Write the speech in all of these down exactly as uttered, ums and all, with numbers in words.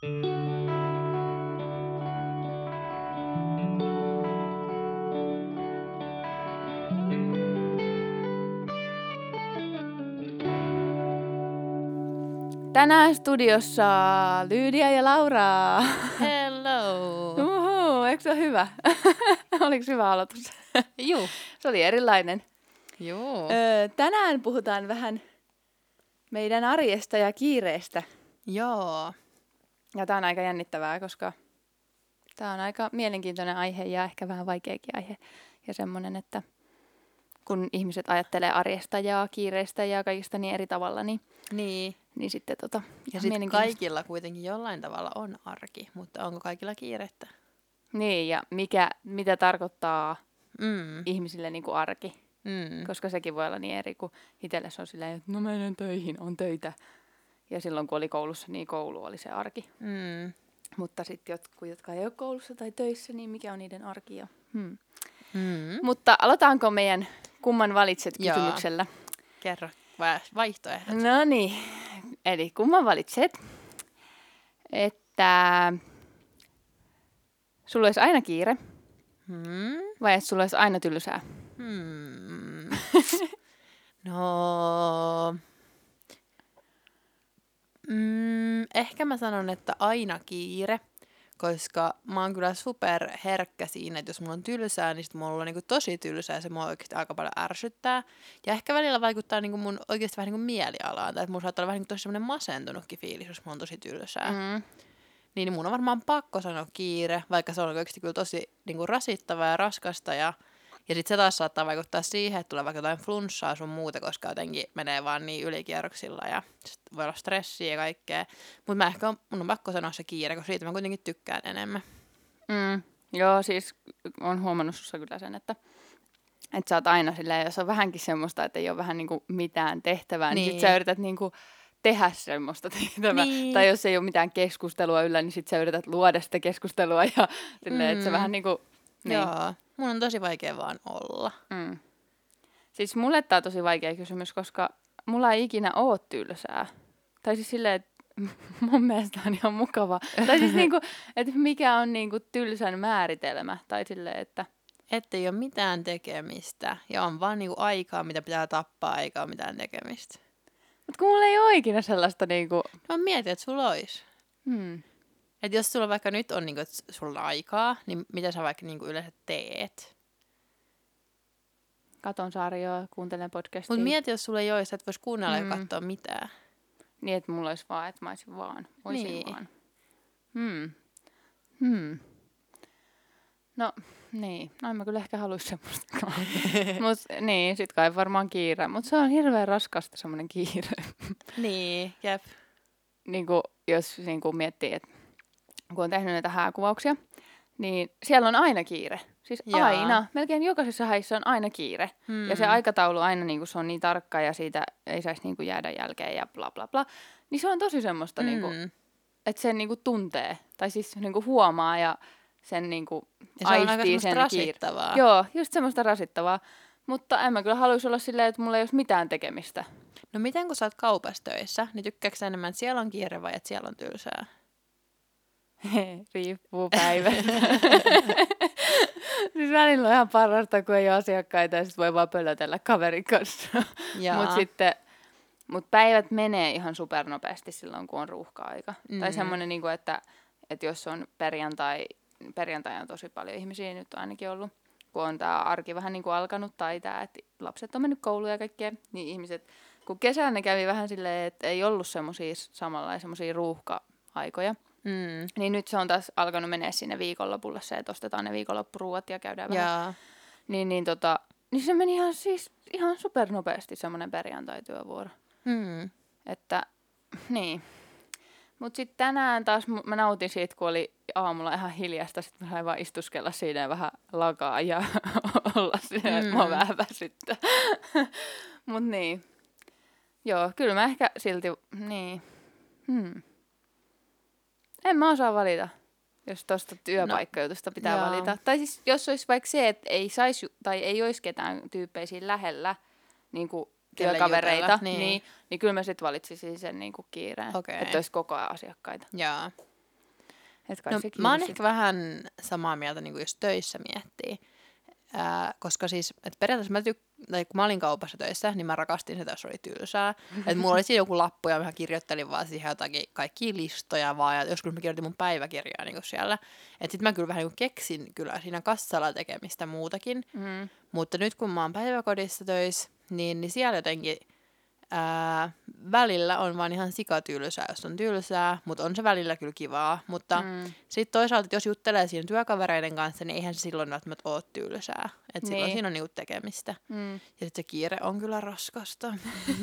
Tänään studiossa Lyydia ja Laura. Hello! Uhu, eikö se ole hyvä? Oliko hyvä aloitus? Juu. Se oli erilainen. Joo. Öö, tänään puhutaan vähän meidän arjesta ja kiireestä. Joo. Ja tää on aika jännittävää, koska tää on aika mielenkiintoinen aihe ja ehkä vähän vaikeakin aihe. Ja semmonen, että kun ihmiset ajattelee arjesta ja kiireestä ja kaikista niin eri tavalla, niin, Niin. niin sitten tota... Ja sitten kaikilla kuitenkin jollain tavalla on arki, mutta onko kaikilla kiirettä? Niin, ja mikä, mitä tarkoittaa Mm. ihmisille niin kuin arki. Mm. Koska sekin voi olla niin eri, kuin itselle se on silleen, että no menen töihin, on töitä. Ja silloin kun oli koulussa, niin koulu oli se arki. Mm. Mutta sitten jotkut, jotka ei ole koulussa tai töissä, niin mikä on niiden arki. Ja, hmm. Mm. Mutta aloitaanko meidän kumman valitset Jaa. kysymyksellä? Kerro va- vaihtoehdot. No niin, eli kumman valitset, että sulla olisi aina kiire Mm. vai että sulla olisi aina tylsää? Hmm. No... Mm, ehkä mä sanon, että aina kiire, koska mä oon kyllä super herkkä siinä, että jos mulla on tylsää, niin sit mulla on niinku tosi tylsää ja se mua oikeasti aika paljon ärsyttää. Ja ehkä välillä vaikuttaa niinku mun oikeasti vähän niinku mielialaan, tai että mulla saattaa olla vähän niinku tosi semmoinen masentunutkin fiilis, jos mulla on tosi tylsää. Mm. Niin mun on varmaan pakko sanoa kiire, vaikka se on oikeasti kyllä tosi niinku rasittavaa ja raskasta. Ja, ja sit se taas saattaa vaikuttaa siihen, että tulee vaikka jotain flunssaa sun muuta, koska jotenkin menee vaan niin ylikierroksilla ja sit voi olla stressiä ja kaikkea. Mutta mä ehkä on, mun on pakko sanoa se kiire, koska siitä mä kuitenkin tykkään enemmän. Mm. Joo, siis on huomannut sussa kyllä sen, että, että sä oot aina silleen, jos on vähänkin semmoista, että ei ole vähän niinku mitään tehtävää, niin, niin sit sä yrität niinku tehdä semmoista tehtävää. Niin. Tai jos ei ole mitään keskustelua yllä, niin sit sä yrität luoda sitä keskustelua ja silleen, mm. että se vähän niinku... Niin. Joo, mun on tosi vaikea vaan olla. Mm. Siis mulle tää on tosi vaikea kysymys, koska mulla ei ikinä oo tylsää. Tai siis silleen, että mun mielestä on ihan mukava. Tai siis niinku, että mikä on niinku tylsän määritelmä. Tai silleen, että... Ettei ole mitään tekemistä ja on vaan niinku aikaa, mitä pitää tappaa, eikä ole mitään tekemistä. Mut kun mulla ei oo ikinä sellaista niinku... No mietin, että sulla olisi. Hmm. Että jos sulla vaikka nyt on niinku, että sulla on aikaa, niin mitä sä vaikka niinku yleensä teet? Katon sarjoa, kuuntelen podcastia. Mutta mieti, jos sulla ei olisi, että vois kuunnella mm. ja katsoa mitään. Niin, että mulla olisi vaan, että mä olisin vaan. Voisin Niin. vaan. Hmm. Hmm. No, niin. No en mä kyllä ehkä haluaisi semmoistakaan. Mut niin, sit kai varmaan kiire. Mut se on hirveän raskasta semmoinen kiire. Niin, jep. Niinku, jos niinku miettii, että kun on tehnyt näitä hääkuvauksia, niin siellä on aina kiire. Siis Jaa. aina. Melkein jokaisessa häissä on aina kiire. Hmm. Ja se aikataulu aina niinku, se on niin tarkka ja siitä ei saisi niinku, jäädä jälkeen ja bla bla bla. Niin se on tosi semmoista, Mm. niinku, että sen niinku, tuntee. Tai siis niinku, huomaa ja sen niinku, Ja se on aika aistii semmoista sen kiire. rasittavaa. Joo, just semmoista rasittavaa. Mutta en mä kyllä haluaisi olla silleen, että mulla ei olisi mitään tekemistä. No miten kun sä oot kaupassa töissä, niin tykkääkö sä enemmän, että siellä on kiire vai että siellä on tylsää? Riippuu päivästä. Siis välillä on ihan parasta, kun ei ole asiakkaita ja sit voi vaan pölötellä kaverin kanssa. Mutta sitten mut päivät menee ihan supernopeasti silloin, kun on ruuhka-aika. Mm. Tai semmoinen, niinku, että, että jos on perjantai, perjantai on tosi paljon ihmisiä, nyt on ainakin ollut, kun on tämä arki vähän niin kuin alkanut tai tämä, että lapset on mennyt kouluun ja kaikkea, niin ihmiset, kun kesällä ne kävi vähän silleen, että ei ollut semmoisia samalla semmoisia ruuhka-aikoja, Mm. niin nyt se on taas alkanut menee sinne viikonlopulle se, että ostetaan ne viikonloppuruuat ja käydään vähän. Jaa. Niin, niin, tota, niin se meni ihan, siis, ihan supernopeasti semmoinen perjantai-työvuoro. Mm. Että, niin. Mut sitten tänään taas mä nautin siitä, kun oli aamulla ihan hiljasta. Sitten mä sain vaan istuskella siinä ja vähän lakaa ja olla siinä, mm. että mä vähän väsyttää. Mut niin. Joo, kyllä mä ehkä silti, niin. Hmm. En mä osaa valita, jos tuosta työpaikkajutusta pitää no, valita. Tai siis jos olisi vaikka se, että ei saisi tai ei olisi ketään tyyppejä lähellä, niin kuin työkavereita, jutella, niin. niin, Niin, niin kyllä mä sitten valitsisin sen niin kuin kiireen, Okei. että olisi koko ajan asiakkaita. Jaa. Et kai No, se mä oon kiinni ehkä vähän samaa mieltä, niin kuin jos töissä miettii. Ää, koska siis, että periaatteessa mä tyk- tai kun mä olin kaupassa töissä, niin mä rakastin sitä, jos oli tylsää. Että mulla oli siinä joku lappu ja mä kirjoittelin vaan siihen jotakin kaikkia listoja vaan. Ja joskus mä kirjoitin mun päiväkirjaa niin kuin siellä. Että sit mä kyllä vähän niin kuin keksin kyllä siinä kassalla tekemistä muutakin. Mm. Mutta nyt kun mä oon päiväkodissa töissä, niin, niin siellä jotenkin ää, välillä on vaan ihan sikatylsää, jos on tylsää, mutta on se välillä kyllä kivaa. Mutta mm. sitten toisaalta, jos juttelee siinä työkavereiden kanssa, niin eihän se silloin välttämättä ole tylsää. Että silloin niin. siinä on niinku tekemistä. Mm. Ja sitten se kiire on kyllä raskasta.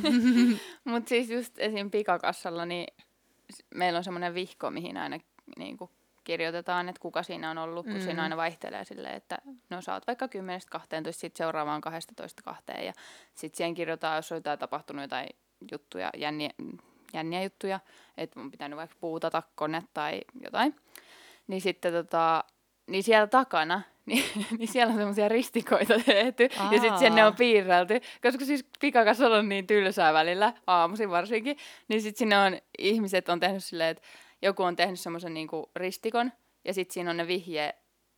Mutta siis just esim. Pikakassalla, niin meillä on semmoinen vihko, mihin aina niinku kirjoitetaan, että kuka siinä on ollut, kun mm. siinä aina vaihtelee silleen, että no sä oot vaikka kymmenestä kahteentoista, sitten seuraavaan kahdestatoista kahteen ja sitten siihen kirjoitetaan, jos on jotain tapahtunut jotain juttuja, jänniä, jänniä juttuja, että mun pitänyt vaikka puutata kone tai jotain, niin sitten tota, niin siellä takana, niin, niin siellä on semmoisia ristikoita tehty Aa. ja sitten sinne on piirrelty, koska siis pikakassalla on niin tylsää välillä, aamuisin varsinkin, niin sitten sinne on, ihmiset on tehnyt silleen, että joku on tehnyt semmoisen niinku ristikon, ja sitten siinä on ne vihje,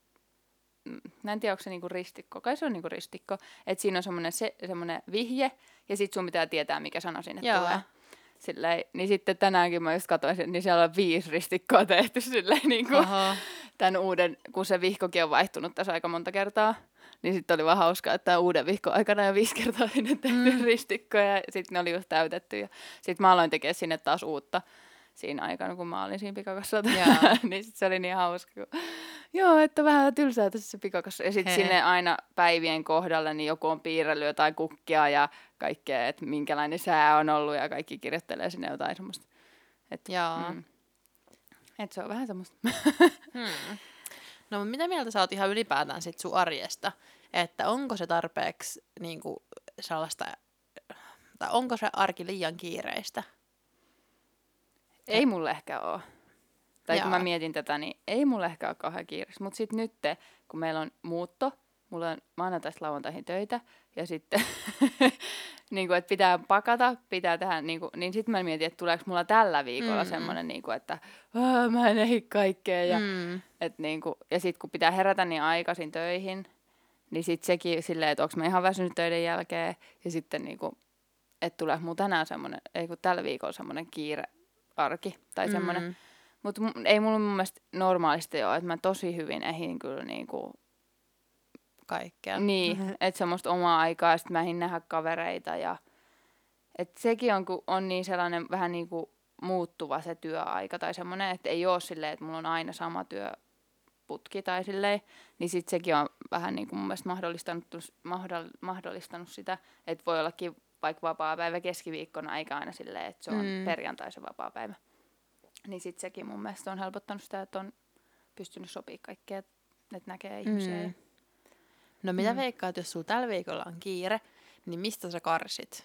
mä en tiedä, onko se niinku ristikko, kai se on niinku ristikko, että siinä on semmoinen se, semmoinen vihje, ja sitten sun pitää tietää, mikä sana sinne Jaa. tulee. Silleen, niin sitten tänäänkin mä just katsoin, niin siellä on viisi ristikkoa tehty silleen niinku tämän uuden, kun se vihkokin on vaihtunut tässä aika monta kertaa, niin sitten oli vaan hauskaa, että tämän uuden vihkon aikana jo viisi kertaa sinne tehty mm. ristikkoja, ja sitten ne oli just täytetty, ja sitten mä aloin tekemään sinne taas uutta siinä aikana, kun mä olin siinä pikakassalla, niin sit se oli niin hauska, kun joo, että vähän tylsää tässä pikakassa. Ja sitten sinne aina päivien kohdalla niin joku on piirrellyt jotain kukkia ja kaikkea, että minkälainen sää on ollut ja kaikki kirjoittelee sinne jotain semmoista. Että mm, et se on vähän semmoista. hmm. No mitä mieltä sä oot ihan ylipäätään sit sun arjesta? Että onko se tarpeeksi niinku sellaista, tai onko se arki liian kiireistä? Ei mulle ehkä ole. Tai Jaa. kun mä mietin tätä, niin ei mulle ehkä ole kauhean kiireistä. Mutta sitten nyt, kun meillä on muutto, mulla on maanantaista lauantaihin töitä, ja sitten, niin kuin, että pitää pakata, pitää tehdä, niin, kuin, niin sitten mä mietin, että tuleeko mulla tällä viikolla mm. semmoinen, niin kuin, että mä en ehdi kaikkea. Ja, mm. et, niin kuin, ja sitten kun pitää herätä niin aikaisin töihin, niin sitten sekin silleen, että onko mä ihan väsynyt töiden jälkeen, ja sitten, niin kuin, että tuleeko mulla tänään semmoinen, ei kun tällä viikolla semmoinen kiire, arki tai semmoinen. Mm. Mutta ei mulla mun mielestä normaalisti ole, että mä tosi hyvin ehdin kyllä niinku kaikkea. Niin, mm-hmm. että semmoista omaa aikaa ja sitten mä ehdin nähdä kavereita ja että sekin on, kun on niin sellainen vähän niinku muuttuva se työaika tai semmoinen, että ei ole silleen, että mulla on aina sama työputki tai silleen, niin sitten sekin on vähän niinku mun mielestä mahdollistanut, mahdollistanut sitä, että voi ollakin vaikka vapaa-päivä keskiviikkona, eikä aina silleen, että se on mm. perjantai se vapaa-päivä. Niin sit sekin mun mielestä on helpottanut sitä, että on pystynyt sopii kaikkea, että näkee ihmisiä. Mm. No mitä mm. veikkaat, jos sulla tällä viikolla on kiire, niin mistä sä karsit?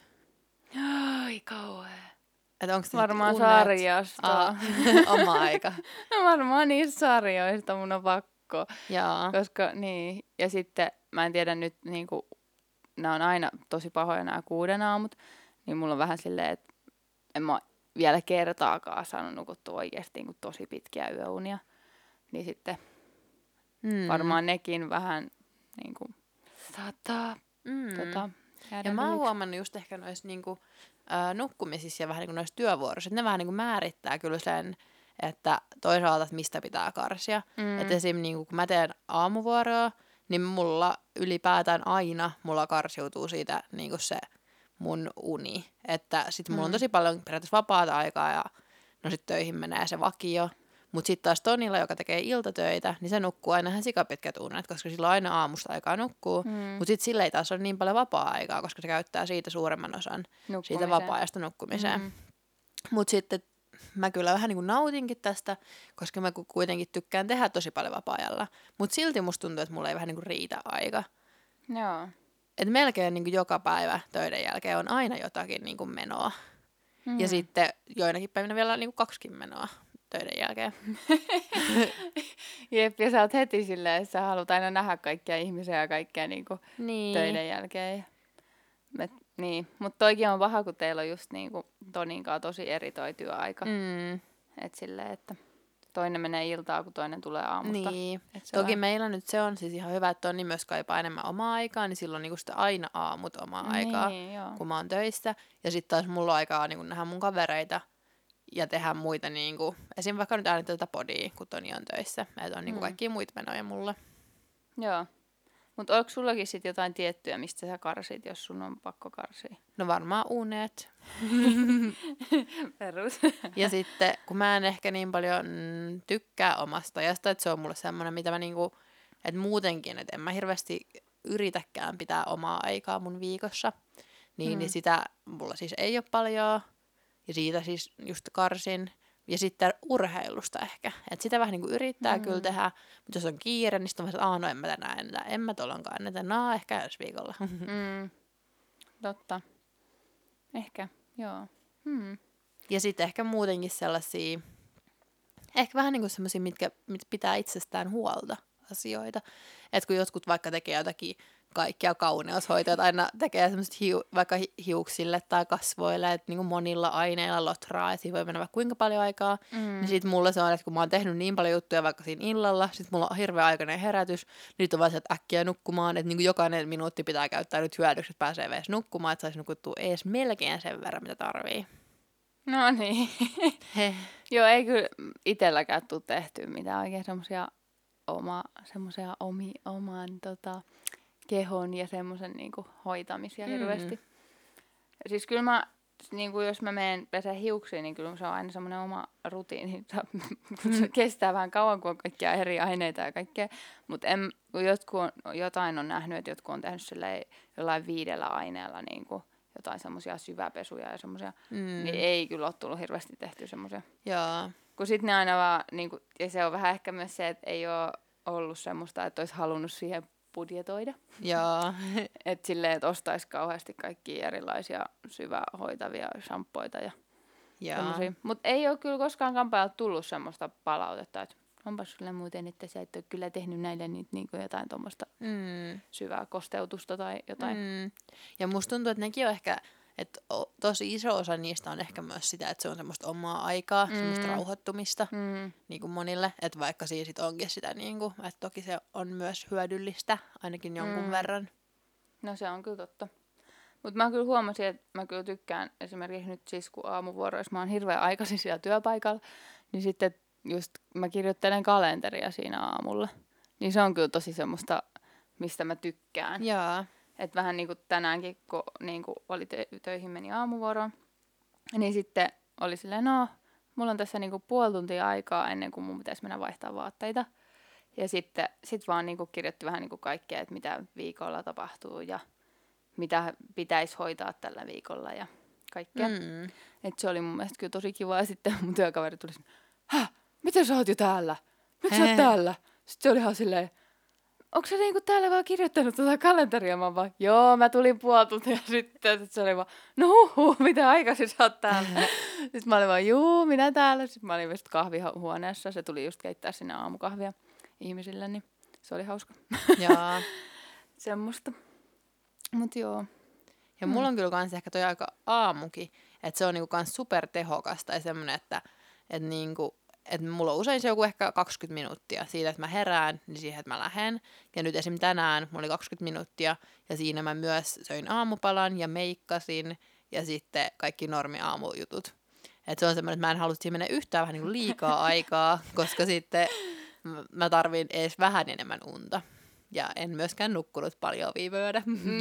Ai kauhea. Et onko varmaan sarjasta. Aa, oma aika. No varmaan niistä sarjoista mun on pakko. Jaa. Koska niin, ja sitten mä en tiedä nyt niinku, nämä on aina tosi pahoja nämä kuuden aamut, niin mulla on vähän silleen, että en mä vielä kertaakaan saanut nukuttua oikeasti niin tosi pitkiä yöunia. Niin sitten mm. varmaan nekin vähän niin kuin saattaa mm. tota, ja mä oon huomannut just ehkä noissa niin kuin, äh, nukkumisissa ja vähän niin kuin noissa työvuoroissa, että ne vähän niin kuin määrittää kyllä sen, että toisaalta, että mistä pitää karsia. Mm. Että esim. Niin kuin, kun mä teen aamuvuoroa, niin mulla ylipäätään aina mulla karsiutuu siitä niin kuin se mun uni. Että sit mulla mm. on tosi paljon periaatteessa vapaata aikaa ja no sit töihin menee se vakio. Mut sit taas Tonilla, joka tekee iltatöitä, niin se nukkuu aina ihan sikapitkät unet, koska sillä on aina aamusta aikaa nukkuu. Mm. Mut sit sillä ei taas ole niin paljon vapaa-aikaa, koska se käyttää siitä suuremman osan siitä vapaa-ajasta nukkumiseen. Mm. Mut sitten mä kyllä vähän niin kuin nautinkin tästä, koska mä kuitenkin tykkään tehdä tosi paljon vapaa-ajalla. Mut silti musta tuntuu, että mulla ei vähän niin kuin riitä aika. Joo. Et melkein niin kuin joka päivä töiden jälkeen on aina jotakin niin kuin menoa. Mm. Ja sitten joinakin päivinä vielä niin kuin kaksikin menoa töiden jälkeen. Jep, ja sä oot heti silleen, että sä haluat aina nähdä kaikkia ihmisiä ja kaikkea niin kuin niin. töiden jälkeen. Et, niin, mutta toikin on paha, kun teillä on just niin kuin Tonin kanssa tosi eri toi työaika. Mm. Et silleen, että toinen menee iltaa, kun toinen tulee aamusta. Niin. Toki vähän... meillä nyt se on siis ihan hyvä, että on niin myös kaipaa enemmän omaa aikaa, niin silloin niinku sitä aina aamut omaa niin, aikaa, joo. kun mä oon töissä. Ja sitten taas mulla on aikaa niinku nähdä mun kavereita ja tehdä muita, niinku, esim. Vaikka nyt äänittää tätä podia, kun Toni on töissä. Että on niinku mm. kaikkia muita menoja mulla. Joo. Mutta onko sullakin sit jotain tiettyä, mistä sä karsit, jos sun on pakko karsia? No varmaan unet. Perus. Ja sitten, kun mä en ehkä niin paljon mm, tykkää omasta ajasta, että se on mulle semmoinen, mitä mä niinku, että muutenkin, että en mä hirveästi yritäkään pitää omaa aikaa mun viikossa, niin, mm. niin sitä mulla siis ei ole paljon, ja siitä siis just karsin. Ja sitten urheilusta ehkä. Että sitä vähän niin kuin yrittää mm. kyllä tehdä, mutta jos on kiire, niin sitten on vaan, että no en mä tänään enää, en mä tolonkaan enää, no ehkä ensi viikolla. Mm. Totta. Ehkä, joo. Hmm. Ja sitten ehkä muutenkin sellaisia, ehkä vähän niin kuin sellaisia, mitkä, mitkä pitää itsestään huolta asioita. Että kun jotkut vaikka tekee jotakin kaikkia kauneushoitoja, aina tekee semmoiset hiu, vaikka hiuksille tai kasvoille, että niin kuin monilla aineilla lotraa, että siinä voi mennä vaikka kuinka paljon aikaa. Mm. Niin sit mulla se on, että kun mä oon tehnyt niin paljon juttuja vaikka siinä illalla, sit mulla on hirveä aikainen herätys, niin nyt on vaan se, että äkkiä nukkumaan, että niin kuin jokainen minuutti pitää käyttää nyt hyödyksi, että pääsee edes nukkumaan, että saisi nukuttua edes melkein sen verran, mitä tarvii. No niin. Joo, ei kyllä itselläkään tule tehtyä mitään oikein semmosia oma, semmosia omi, oman tota, kehon ja semmoisen niinku hoitamisia mm. hirveästi. Siis kyllä mä, niinku jos mä menen pesää hiuksia, niin kyllä se on aina semmoinen oma rutiini. Se kestää vähän kauan, kun on kaikkia eri aineita ja kaikkea. Mutta jotkut on, jotain on nähnyt, että jotkut on tehnyt jollain viidellä aineella niinku jotain semmoisia syväpesuja ja semmoisia, mm. niin ei kyllä ole tullut hirveästi tehty semmoisia. Joo. Kun sitten ne aina vaan, niinku, ja se on vähän ehkä myös se, että ei ole ollut semmoista, että olisi halunnut siihen budjetoida. Joo. Että silleen, että ostaisi kauheasti kaikkia erilaisia syvähoitavia shampoita ja semmoisia. Mutta ei ole kyllä koskaan kampaajalla tullut semmoista palautetta, että onpas sulle muuten, että sä et ole kyllä tehnyt näille nyt niinku jotain tuommoista mm. syvää kosteutusta tai jotain. Mm. Ja musta tuntuu, että nekin on ehkä, että tosi iso osa niistä on ehkä myös sitä, että se on semmoista omaa aikaa, mm. semmoista rauhoittumista mm. niin kuin monille. Että vaikka siinä sit onkin sitä, niin kuin, että toki se on myös hyödyllistä ainakin jonkun mm. verran. No se on kyllä totta. Mutta mä kyllä huomasin, että mä kyllä tykkään esimerkiksi nyt siis kun aamuvuoroissa mä oon hirveän aikaisin siellä työpaikalla, niin sitten just mä kirjoittelen kalenteria siinä aamulla. Niin se on kyllä tosi semmoista, mistä mä tykkään. Jaa. Että vähän niin kuin tänäänkin, kun niin kuin oli tö- töihin meni aamuvuoroon, niin sitten oli silleen, no, mulla on tässä niin kuin puoli tuntia aikaa ennen kuin mun pitäisi mennä vaihtaa vaatteita. Ja sitten sit vaan niin kuin kirjoitti vähän niin kuin kaikkea, että mitä viikolla tapahtuu ja mitä pitäisi hoitaa tällä viikolla ja kaikkea. Mm. Että se oli mun mielestä kyllä tosi kiva. Ja sitten mun työkaveri tuli, häh, miten sä oot jo täällä? Miksi sä oot täällä? Sitten se oli ihan silleen, onko sä niinku täällä vaan kirjoittanut tuota kalenteria? Mä vaan, joo, mä tulin puoli tuntia sitten. Sitten se oli vaan, no huhu, mitä aikaisin sä oot täällä? Sitten mä olin vaan, juu, minä täällä. Sitten mä olin just kahvihuoneessa. Se tuli just keittää sinne aamukahvia ihmisille, niin se oli hauska. Jaa. Semmoista. Mut joo. Ja mulla on kyllä kans ehkä toi aika aamukin, että se on niinku kans supertehokasta ja semmonen, että et niinku, et mulla on usein se joku ehkä kaksikymmentä minuuttia siitä, että mä herään, niin siihen, että mä lähden. Ja nyt esim. Tänään mulla oli kaksikymmentä minuuttia ja siinä mä myös söin aamupalan ja meikkasin ja sitten kaikki normi-aamujutut. Että se on semmoinen, että mä en halua siihen mennä yhtään vähän niinku liikaa aikaa, koska sitten mä tarvin edes vähän enemmän unta. Ja en myöskään nukkunut paljon viime yönä.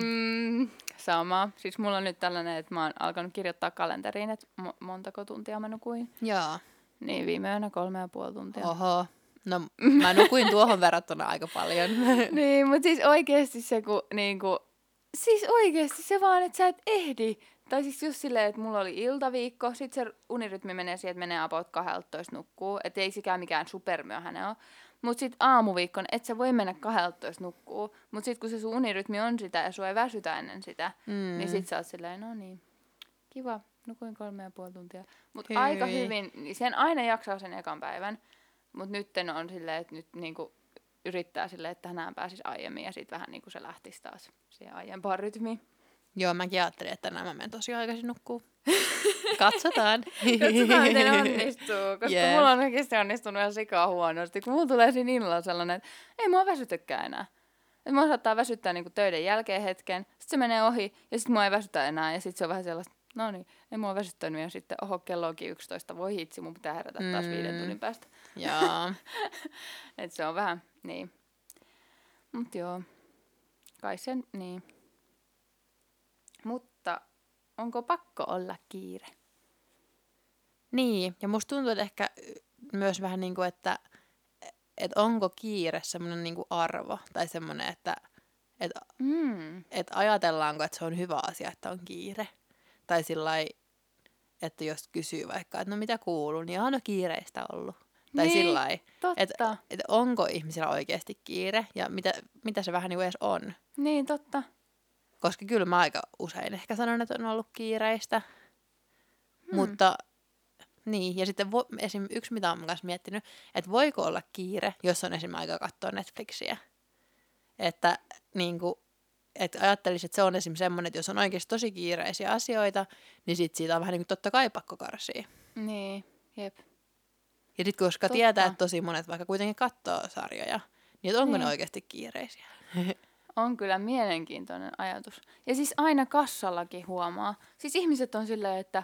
Mm, sama. Siis mulla on nyt tällainen, että mä oon alkanut kirjoittaa kalenteriin, että mo- montako tuntia mä nukuin. Joo. Niin viime yönä kolme ja puoli tuntia. Oho. No mä nukuin tuohon verrattuna aika paljon. Niin, mutta siis oikeesti se kun niinku, siis oikeesti se vaan, että sä et ehdi. Tai siis just silleen, että mulla oli iltaviikko, sit se unirytmi menee siihen, että menee about kaksitoista nukkuu. Että ei sikään mikään supermyöhäinen ole. Mut sit aamuviikkon, et sä voi mennä kaksitoista nukkuu. Mut sit kun se sun unirytmi on sitä ja sua ei väsytä ennen sitä, mm. niin sit sä oot silleen, no niin, kiva, nukuin kolme ja puoli tuntia. Mut Hyi. aika hyvin, niin sen aina jaksaa sen ekan päivän. Mut nytten on silleen, että nyt niinku yrittää silleen, että tänään pääsis aiemmin ja sit vähän niinku se lähtisi taas siihen aiempaan rytmiin. Joo, mäkin ajattelin, että tänään mä menen tosi aikaisin nukkuu. Katsotaan. Katsotaan, miten onnistuu. Koska yeah. mulla on oikeasti onnistunut ihan sikaa huonosti. Kun mulla tulee siinä illalla sellainen, että ei mua väsytäkään enää. Että mua saattaa väsyttää niinku töiden jälkeen hetken. Sitten se menee ohi ja sitten mua ei väsytä enää. Ja sitten se on vähän sellaista, no niin, ei mua väsyttänyt. Ja sitten oho, kello onkin yksitoista. Voi hitsi, mun pitää herätä taas mm. viiden tunnin päästä. Joo. Että se on vähän, niin. Mut joo, kai sen, niin. Mutta onko pakko olla kiire? Niin, ja musta tuntuu, että ehkä myös vähän niin kuin, että, että onko kiire semmoinen niin kuin arvo, tai semmoinen, että, että, mm. että ajatellaanko, että se on hyvä asia, että on kiire. Tai sillai, että jos kysyy vaikka, että no mitä kuuluu, niin on kiireistä ollut. Tai niin, sillai, että, että onko ihmisillä oikeasti kiire, ja mitä, mitä se vähän niin kuin edes on. Niin, totta. Koska kyllä mä aika usein ehkä sanon, että on ollut kiireistä. Hmm. Mutta niin, ja sitten vo, esim. Yksi, mitä olen myös miettinyt, että voiko olla kiire, jos on esim. Aika katsoa Netflixiä. Että niin kuin, että ajattelisin, että se on esim. Semmoinen, että jos on oikeasti tosi kiireisiä asioita, niin sit siitä on vähän niin kuin totta kai pakko karsia. Niin, jep. Ja sitten koska totta. Tietää, että tosi monet vaikka kuitenkin katsoo sarjoja, niin että onko niin. ne oikeasti kiireisiä? On kyllä mielenkiintoinen ajatus. Ja siis aina kassallakin huomaa. Siis ihmiset on silleen, että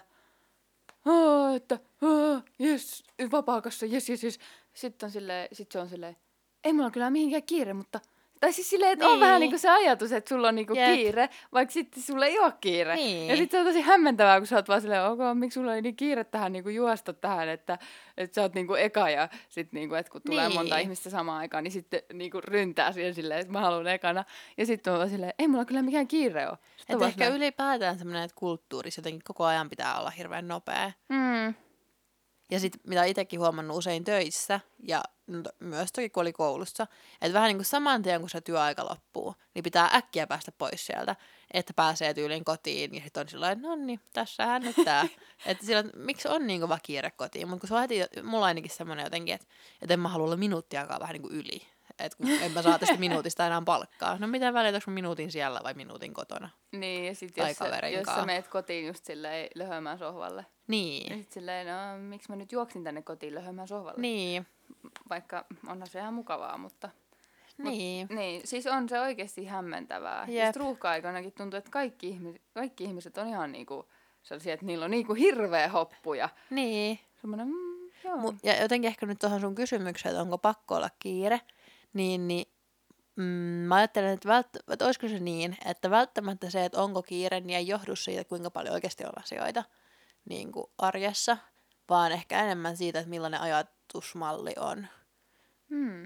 oh, että oh, jes, vapaa kassa, jes, jes, jes. Sitten on silleen, sit se on silleen, ei mulla kyllä mihinkään kiire, mutta tai siis silleen, että niin. on vähän niinku se ajatus, että sulla on niinku kiire, vaikka sitten sulla ei ole kiire. Niin. Ja sitten se on tosi hämmentävää, kun sä oot vaan silleen, ok, miksi sulla ei niin kiire tähän niinku juosta tähän, että, että sä oot niinku eka ja sitten niinku, että kun tulee niin. monta ihmistä samaan aikaan, niin sitten niinku ryntää siihen silleen, että mä haluan ekana. Ja sitten on vaan silleen, ei mulla kyllä mikään kiire ole. Että ehkä silleen ylipäätään semmoinen, että kulttuurissa jotenkin koko ajan pitää olla hirveän nopea. Mm. Ja sitten mitä itsekin huomannut usein töissä ja myös toki kun oli koulussa, että vähän niin kuin saman tien kun se työaika loppuu, niin pitää äkkiä päästä pois sieltä, että pääsee tyyliin kotiin ja sitten on sillain, no niin, tässähän nyt tää. Että sillä, miksi on niin kova kiire kotiin, mutta kun se on heti, mulla ainakin semmoinen jotenkin, että, että en mä halua olla minuuttiakaan vähän niin kuin yli. Että kun en mä saa tästä minuutista enää palkkaa. No mitä väliä, onko minuutin siellä vai minuutin kotona? Niin, ja sit jos, jos sä meet kotiin just silleen löhömään sohvalle. Niin. Ja sit silleen, no miksi mä nyt juoksin tänne kotiin löhömään sohvalle? Niin. Vaikka onhan se ihan mukavaa, mutta niin. Mut, niin, siis on se oikeasti hämmentävää. Ja sitten ruuhka-aikanakin tuntuu, että kaikki ihmiset, kaikki ihmiset on ihan niinku sellaisia, että niillä on niinku hirveä hoppuja. Niin. Semmoinen, mm, joo. Mut, ja jotenkin ehkä nyt tuohon sun kysymykseen, että onko pakko olla kiire, niin, niin mm, mä ajattelen, että, vält- että olisiko se niin, että välttämättä se, että onko kiire, niin ei johdu siitä, kuinka paljon oikeasti on asioita niin kuin arjessa, vaan ehkä enemmän siitä, että millainen ajatusmalli on. Hmm.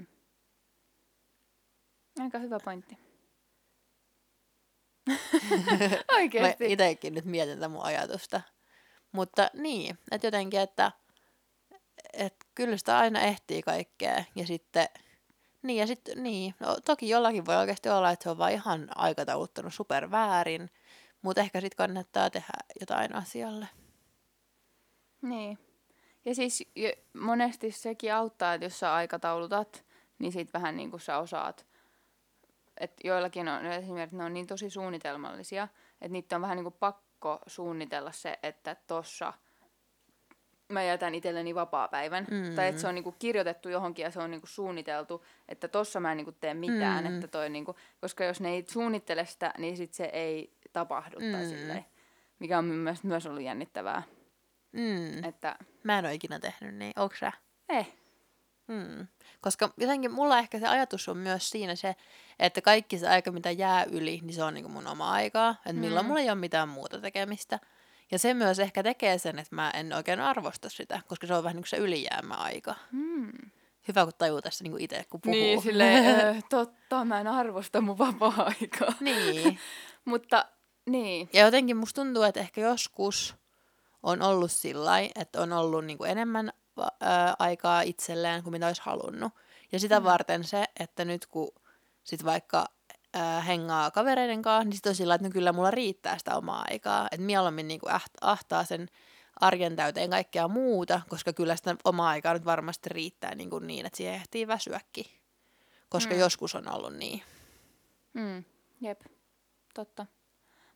Aika hyvä pointti. Oikeesti. Mä itsekin nyt mietin tätä mun ajatusta. Mutta niin, että jotenkin, että, että kyllä sitä aina ehtii kaikkea. Ja sitten, niin ja sitten, niin. No, toki jollakin voi oikeasti olla, että se on vaan ihan aikatauluttanut super väärin. Mutta ehkä sitten kannattaa tehdä jotain asialle. Niin. Ja siis monesti sekin auttaa, että jos sä aikataulutat, niin sit vähän niin kuin sä osaat. Että joillakin on esimerkiksi, ne on niin tosi suunnitelmallisia, että niitä on vähän niin kuin pakko suunnitella se, että tossa mä jätän itselleni vapaapäivän. Mm. Tai että se on niin kuin kirjoitettu johonkin ja se on niin kuin suunniteltu, että tossa mä en niin kuin tee mitään. Mm. Että toi niin kuin, koska jos ne ei suunnittele sitä, niin sit se ei tapahdu. Mm. Tai silleen, mikä on myös, myös ollut jännittävää. Mm. Että mä en ole ikinä tehnyt niin. Onko sä? Eh. Mm. Koska jotenkin mulla ehkä se ajatus on myös siinä se, että kaikki se aika, mitä jää yli, niin se on niinku mun oma aikaa. Että milloin mm. mulla ei ole mitään muuta tekemistä. Ja se myös ehkä tekee sen, että mä en oikein arvosta sitä, koska se on vähän niin kuin se ylijäämäaika. Mm. Hyvä, kun tajuu tässä niin kuin itse, kun puhuu. Niin, silleen, äh, totta, mä en arvosta mun vapaa-aikaa. Niin. Mutta, niin. Ja jotenkin musta tuntuu, että ehkä joskus on ollut sillai, että on ollut niin kuin enemmän ää, aikaa itselleen kuin mitä olisi halunnut. Ja sitä mm. varten se, että nyt kun sit vaikka ää, hengaa kavereiden kanssa, niin sit on sillä, että no kyllä mulla riittää sitä omaa aikaa. Että mieluummin niin kuin ahtaa sen arjen täyteen kaikkea muuta, koska kyllä sitä omaa aikaa nyt varmasti riittää niin, kuin niin että siihen ehtii väsyäkin. Koska mm. joskus on ollut niin. Mm. Jep, totta.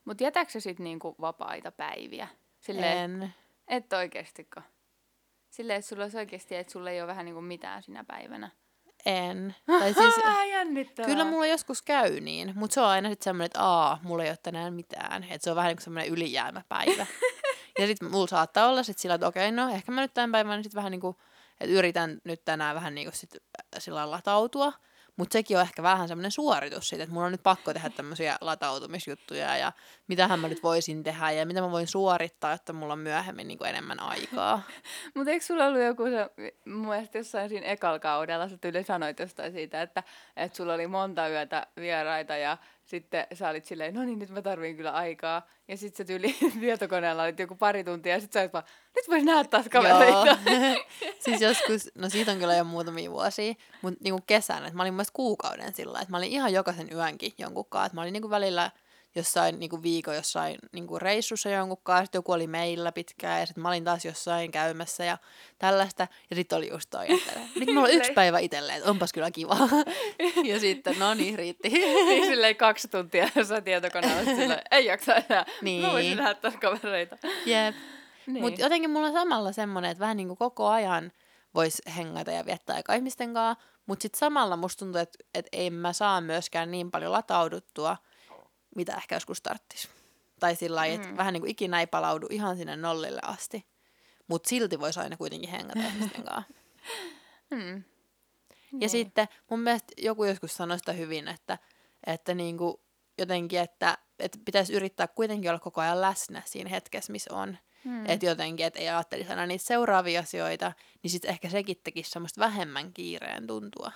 Mut jätätkö sä sit niinku vapaita päiviä? Silleen, En. et oikeestiko? Silleen, että sulla olisi oikeesti, että sulla ei ole vähän niinku mitään sinä päivänä. En. Tai siis, Vähän jännittävää. kyllä mulla joskus käy niin, mutta se on aina sitten semmoinen, että aa, mulla ei ole tänään mitään. Että se on vähän niin kuin semmoinen ylijäämäpäivä. Ja sitten mulla saattaa olla sit sillä, että okei, no ehkä mä nyt tämän päivän niin sit vähän niin kuin, että yritän nyt tänään vähän niin kuin sit sillä lailla latautua. Mutta sekin on ehkä vähän semmoinen suoritus siitä, että mulla on nyt pakko tehdä tämmöisiä latautumisjuttuja ja mitähän mä nyt voisin tehdä ja mitä mä voin suorittaa, jotta mulla on myöhemmin niin kuin enemmän aikaa. Mutta eikö sulla ollut joku se, mun mielestä jossain siinä ekalla kaudella, sä tyyli sanoit jostain siitä, että, että sulla oli monta yötä vieraita ja sitten sä olit silleen, no niin, nyt mä tarviin kyllä aikaa. Ja sitten sä tyyli tietokoneella olit joku pari tuntia ja sitten sä olit vaan, nyt vois nähdä taas kavereita. Siis joskus, no siitä on kyllä jo muutamia vuosia, mutta niinku kesänä, että mä olin mun mielestä kuukauden sillä, että mä olin ihan jokaisen yönkin jonkunkaan, että mä olin niinku välillä jossain niinku viikon jossain niinku reissussa jonkunkaan, sitten joku oli meillä pitkään ja sitten mä olin taas jossain käymässä ja tällaista. Ja sitten oli just toi, että nyt mulla on yksi päivä itselleen, että onpas kyllä kiva. Ja sitten, no niin, riitti. Niin silleen kaksi tuntia jossain tietokoneella, silleen, ei jaksa enää. Niin. Mä voisin nähdä taas kavereita. Jep. Niin. Mutta jotenkin mulla on samalla semmoinen, että vähän niinku koko ajan vois hengata ja viettää aikaa ihmisten kanssa, mutta sitten samalla musta tuntuu, että et ei mä saa myöskään niin paljon latauduttua, mitä ehkä joskus tarttis. Tai sillä lailla, että mm. vähän niin kuin ikinä ei palaudu ihan sinne nollille asti. Mutta silti voisi aina kuitenkin hengata ihmisten kanssa. Mm. Ja Niin. sitten mun mielestä joku joskus sanoi sitä hyvin, että, että niin kuin jotenkin, että, että pitäisi yrittää kuitenkin olla koko ajan läsnä siinä hetkessä, missä on. Mm. Että jotenkin, että ei ajattelisi aina niitä seuraavia asioita, niin sitten ehkä sekin tekisi semmoista vähemmän kiireen tuntua.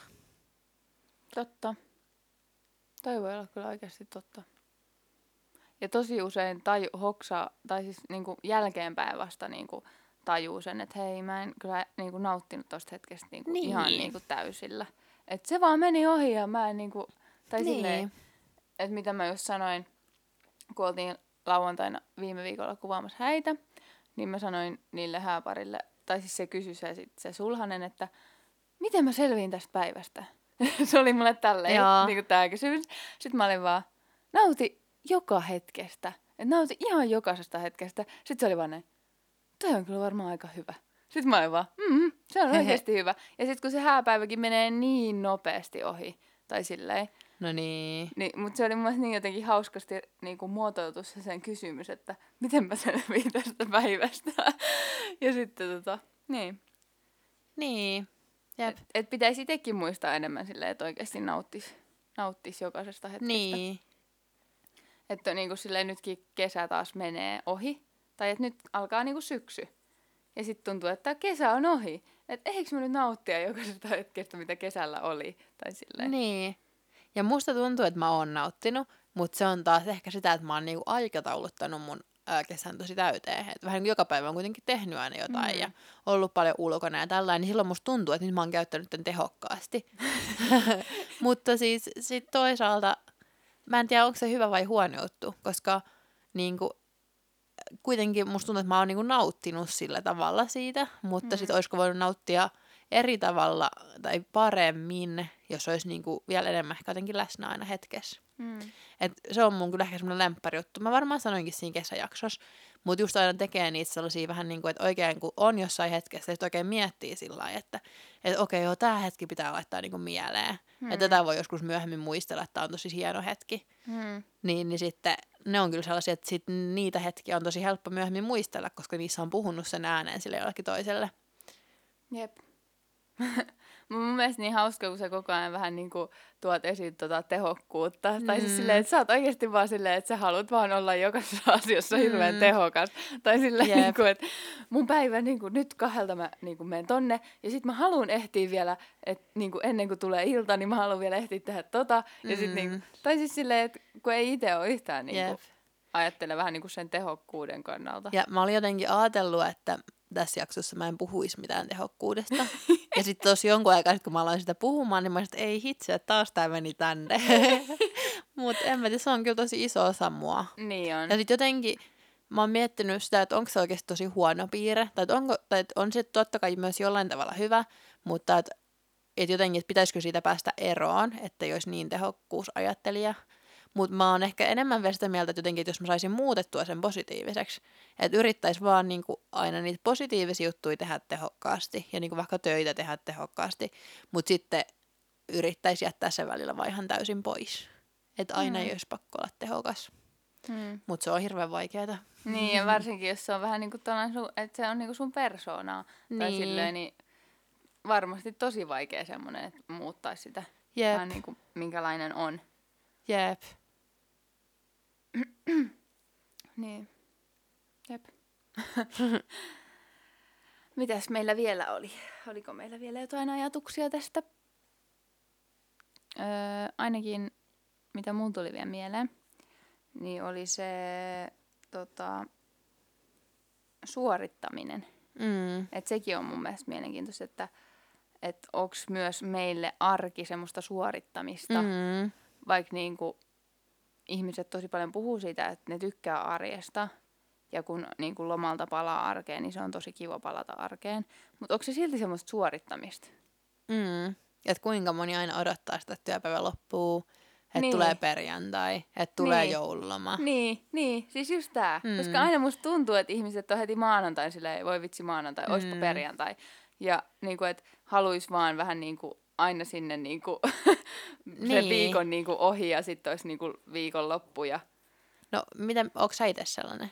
Totta. Toi voi olla kyllä oikeasti totta. Ja tosi usein taju, hoksaa, tai siis niinku jälkeenpäin vasta niinku tajuu sen, että hei, mä en kyllä niinku nauttinut tosta hetkestä niinku niin. ihan niinku täysillä. Että se vaan meni ohi ja mä en niinku, tai niin. silleen, että mitä mä just sanoin, kun oltiin lauantaina viime viikolla kuvaamassa häitä, niin mä sanoin niille hääparille, tai siis se kysyi se, sit se sulhanen, että miten mä selviin tästä päivästä? Se oli mulle tälleen, niin kuin tää kysymys. Sitten mä olin vaan, nauti joka hetkestä. Et nauti ihan jokaisesta hetkestä. Sitten se oli vaan näin, toi on kyllä varmaan aika hyvä. Sitten mä olin vaan, mm, se on oikeasti hyvä. Ja sitten kun se hääpäiväkin menee niin nopeasti ohi, tai silleen. No niin. niin mutta se oli mun mielestä niin jotenkin hauskasti niin kuin muotoiltu se sen kysymys, että miten mä selviin tästä päivästä. Ja sitten tota, niin. Niin. Että et pitäisi itsekin muistaa enemmän silleen, että oikeasti nauttisi nauttis jokaisesta hetkestä. Niin. Että niin kuin silleen nytkin kesä taas menee ohi. Tai että nyt alkaa niin kuin syksy. Ja sitten tuntuu, että kesä on ohi. Että eikö mä nyt nauttia jokaisesta hetkestä, mitä kesällä oli. Tai silleen. Niin. Ja musta tuntuu, että mä oon nauttinut, mutta se on taas ehkä sitä, että mä oon niinku aikatauluttanut mun ää, kesän tosi täyteen. Et vähän niin kuin joka päivä on kuitenkin tehnyt aina jotain mm. ja ollut paljon ulkona ja tällainen, niin silloin musta tuntuu, että nyt mä oon käyttänyt tämän tehokkaasti. Mutta siis sit toisaalta, mä en tiedä, onko se hyvä vai huono juttu, koska niinku, kuitenkin musta tuntuu, että mä oon niinku nauttinut sillä tavalla siitä, mutta mm. sit olisiko voinut nauttia eri tavalla tai paremmin, jos olisi niinku vielä enemmän ehkä jotenkin läsnä aina hetkessä. Mm. Et se on mun kyllä ehkä semmoinen lämpärijuttu. Mä varmaan sanoinkin siinä kesäjaksossa, mutta just aina tekee niitä sellaisia vähän niin kuin, että oikein kun on jossain hetkessä, sitten oikein miettii sillä lailla, että, että okei, joo, tää hetki pitää laittaa niinku mieleen. Mm. Että tätä voi joskus myöhemmin muistella, että tää on tosi hieno hetki. Mm. Niin, niin sitten ne on kyllä sellaisia, että sit niitä hetkiä on tosi helppo myöhemmin muistella, koska niissä on puhunut sen ääneen sille jollekin toiselle. Jep. Mun mielestä niin hauska, kun sä koko ajan vähän niin kuin tuot esiin tota tehokkuutta. Mm. Tai siis silleen, että sä oot oikeasti vaan silleen, että sä haluat vaan olla jokaisessa asiassa hirveän mm. tehokas. Tai silleen, yep. niin kuin, että mun päivä niin kuin, nyt kahdelta mä niin kuin menen tonne. Ja sit mä haluan ehtiä vielä, että niin kuin ennen kuin tulee ilta, niin mä haluan vielä ehtiä tehdä tota. Ja mm. sit niin kuin, tai siis silleen, että kun ei itse ole yhtään niin kuin, yep. ajattele vähän niin kuin sen tehokkuuden kannalta. Ja mä olin jotenkin ajatellut, että tässä jaksossa mä en puhuisi mitään tehokkuudesta. Ja sitten tuossa jonkun aikaa, kun mä aloin sitä puhumaan, niin mä olisin, että ei hitsi, että taas tää meni tänne. Mutta en mä tiedä, se on kyllä tosi iso osa mua. Niin on. Ja sitten jotenkin mä oon miettinyt sitä, että onko se oikeasti tosi huono piirre. Tai, että onko, tai että on se totta kai myös jollain tavalla hyvä, mutta että, että jotenkin, että pitäisikö siitä päästä eroon, että ei olisi niin tehokkuusajattelija. Mutta mä oon ehkä enemmän vielä sitä mieltä, että jotenkin, että jos mä saisin muutettua sen positiiviseksi, että yrittäisi vaan niinku aina niitä positiivisia juttuja tehdä tehokkaasti ja niinku vaikka töitä tehdä tehokkaasti, mutta sitten yrittäisi jättää sen välillä vaan ihan täysin pois. Että aina mm. ei olisi pakko olla tehokas. Mm. Mutta se on hirveän vaikeaa. Niin, ja varsinkin jos se on vähän niin kuin sun, että se on niin kuin sun persoonaa. Niin. Tai silleen, niin varmasti tosi vaikea semmoinen, että muuttaisi sitä. Jep. Vähän niin kuin minkälainen on. Jep. Niin. Jep. Mitäs meillä vielä oli? Oliko meillä vielä jotain ajatuksia tästä? Öö, ainakin, mitä mun tuli vielä mieleen, niin oli se tota, suorittaminen. Mm. Et sekin on mun mielestä mielenkiintoista, että et onks myös meille arki semmoista suorittamista, mm. vaikka niinku ihmiset tosi paljon puhuu siitä, että ne tykkää arjesta, ja kun niinku lomalta palaa arkeen, niin se on tosi kiva palata arkeen. Mutta onko se silti semmoista suorittamista? Mm. Että kuinka moni aina odottaa sitä, että työpäivä loppuu, että niin. tulee perjantai, että tulee niin. joululoma. Niin, niin, siis just tää. Mm. Koska aina musta tuntuu, että ihmiset on heti maanantai silleen, voi vitsi maanantai, mm. oispa perjantai. Ja niinku, että haluis vaan vähän niinku aina sinne niinku niin. sen viikon niinku ohi ja sitten olisi niinku viikon loppu. Ja... No, miten, onko sä itse sellainen?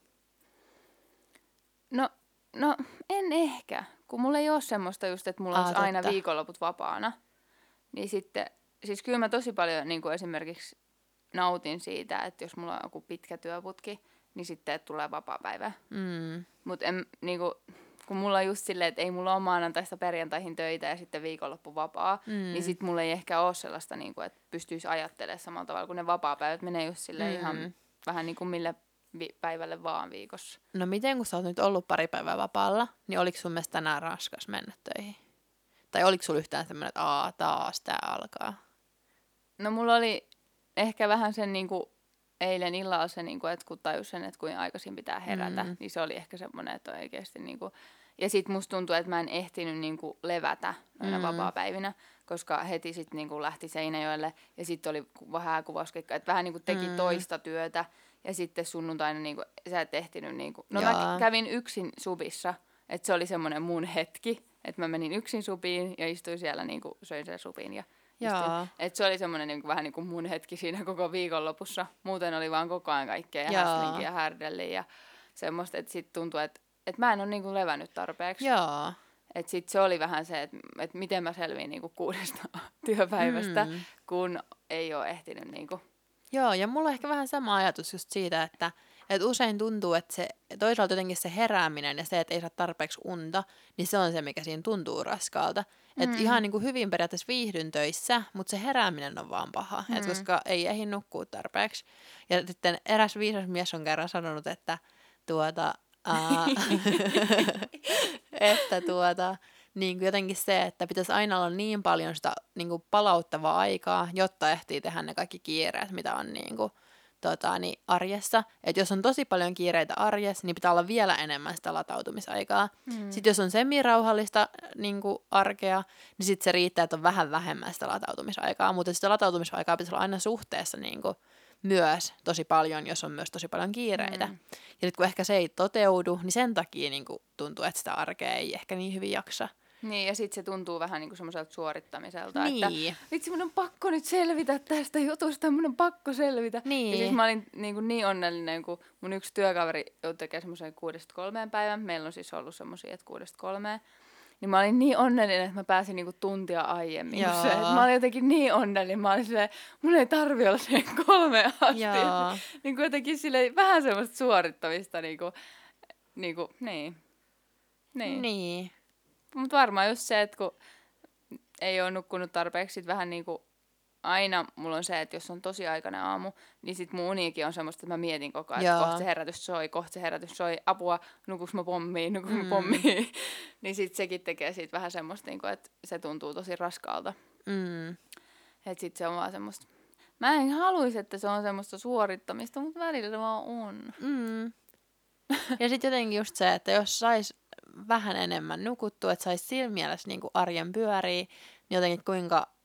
No, no, en ehkä. Kun mulla ei ole semmoista just, että mulla Aa, olisi aina totta. viikonloput vapaana. Niin sitten, siis kyllä mä tosi paljon niin kuin esimerkiksi nautin siitä, että jos mulla on joku pitkä työputki, niin sitten että tulee vapaapäivä. Mm. Mutta niin kuin, kun mulla on just silleen, että ei mulla ole maanantaista perjantaihin töitä ja sitten viikonloppu vapaa, mm. niin sitten mulla ei ehkä ole sellaista, niin kuin, että pystyisi ajattelemaan samalla tavalla, kun ne vapaapäivät menee just silleen mm. ihan vähän niin kuin mille vi- päivälle vaan viikossa. No miten, kun sä oot nyt ollut pari päivää vapaalla, niin oliko sun mielestä tänään raskas mennä töihin? Tai oliko sulla yhtään semmoinen, että aa, taas tää alkaa? No mulla oli ehkä vähän sen niinku eilen illalla se, niinku, että kun tajus sen, että kuinka aikaisin pitää herätä, mm. niin se oli ehkä semmoinen, että oikeasti niinku... Ja sit musta tuntuu, että mä en ehtinyt niinku levätä noina mm. vapaapäivinä, koska heti sit niinku lähti Seinäjoelle ja sitten oli vähän kuvauskeikka, että vähän niinku teki mm. toista työtä ja sitten sunnuntaina niinku, sä et ehtinyt niinku... No Jaa. Mä kävin yksin subissa, että se oli semmoinen mun hetki, että mä menin yksin subiin ja istuin siellä niinku, söin sen subin ja että se oli semmoinen niinku, vähän niin kuin mun hetki siinä koko viikonlopussa. Muuten oli vaan koko ajan kaikkea ja häslinkiä ja härdelliä ja semmoista, että sit tuntui, että et mä en ole niinku levännyt tarpeeksi. Jaa. Että sit se oli vähän se, että et miten mä selviin niinku kuudesta työpäivästä, mm. kun ei ole ehtinyt niinku. Joo, ja mulla on ehkä vähän sama ajatus just siitä, että et usein tuntuu, että se, toisaalta jotenkin se herääminen ja se, että ei saa tarpeeksi unta, niin se on se, mikä siinä tuntuu raskaalta. Mm. Että ihan niin kuin hyvin periaatteessa viihdyn töissä, mutta se herääminen on vaan paha, mm. et koska ei ehdi nukkua tarpeeksi. Ja sitten eräs viisas mies on kerran sanonut, että tuota... Ää, että tuota... Niin kuin jotenkin se, että pitäisi aina olla niin paljon sitä niin kuin palauttavaa aikaa, jotta ehtii tehdä ne kaikki kiireet, mitä on niin kuin, tota, niin arjessa. Että jos on tosi paljon kiireitä arjessa, niin pitää olla vielä enemmän sitä latautumisaikaa. Mm. Sitten jos on semirauhallista niin kuin arkea, niin sitten se riittää, että on vähän vähemmän sitä latautumisaikaa. Mutta sitä latautumisaikaa pitäisi olla aina suhteessa niin kuin myös tosi paljon, jos on myös tosi paljon kiireitä. Mm. Ja sitten kun ehkä se ei toteudu, niin sen takia niin kuin tuntuu, että sitä arkea ei ehkä niin hyvin jaksa. Niin, ja sitten se tuntuu vähän niin kuin semmoiselta suorittamiselta, niin. että vitsi, mun on pakko nyt selvitä tästä jutusta, mun on pakko selvitä. Niin. Ja siis mä olin niin, kuin niin onnellinen, kun mun yksi työkaveri joutui tekemään semmoisen kuudesta kolmeen päivän. Meillä on siis ollut semmoisia, että kuudesta kolmeen. Niin mä olin niin onnellinen, että mä pääsin niinku tuntia aiemmin. Se, mä olin jotenkin niin onnellinen. Mä olin silleen, mun ei tarvi olla siihen kolmeen asti. Niin kuin jotenkin silleen vähän semmoista suorittamista. Niinku, niinku, niin. Niin. niin. Mutta varmaan just se, että kun ei ole nukkunut tarpeeksi, sit vähän niinku aina mulla on se, että jos on tosi aikainen aamu, niin sit mun uniikin on semmoista, että mä mietin koko ajan, että kohta se herätys soi, kohta se herätys soi, apua, nukuks mä pommiin, nukuks mä mm. pommiin. Niin sit sekin tekee siitä vähän semmoista, että se tuntuu tosi raskaalta. Mm. Että sit se on vaan semmoista, mä en haluaisi, että se on semmoista suorittamista, mutta välillä se vaan on. Mm. Ja sit jotenkin just se, että jos sais vähän enemmän nukuttua, että sais siinä mielessä niinku arjen pyörii, niin jotenkin kuinka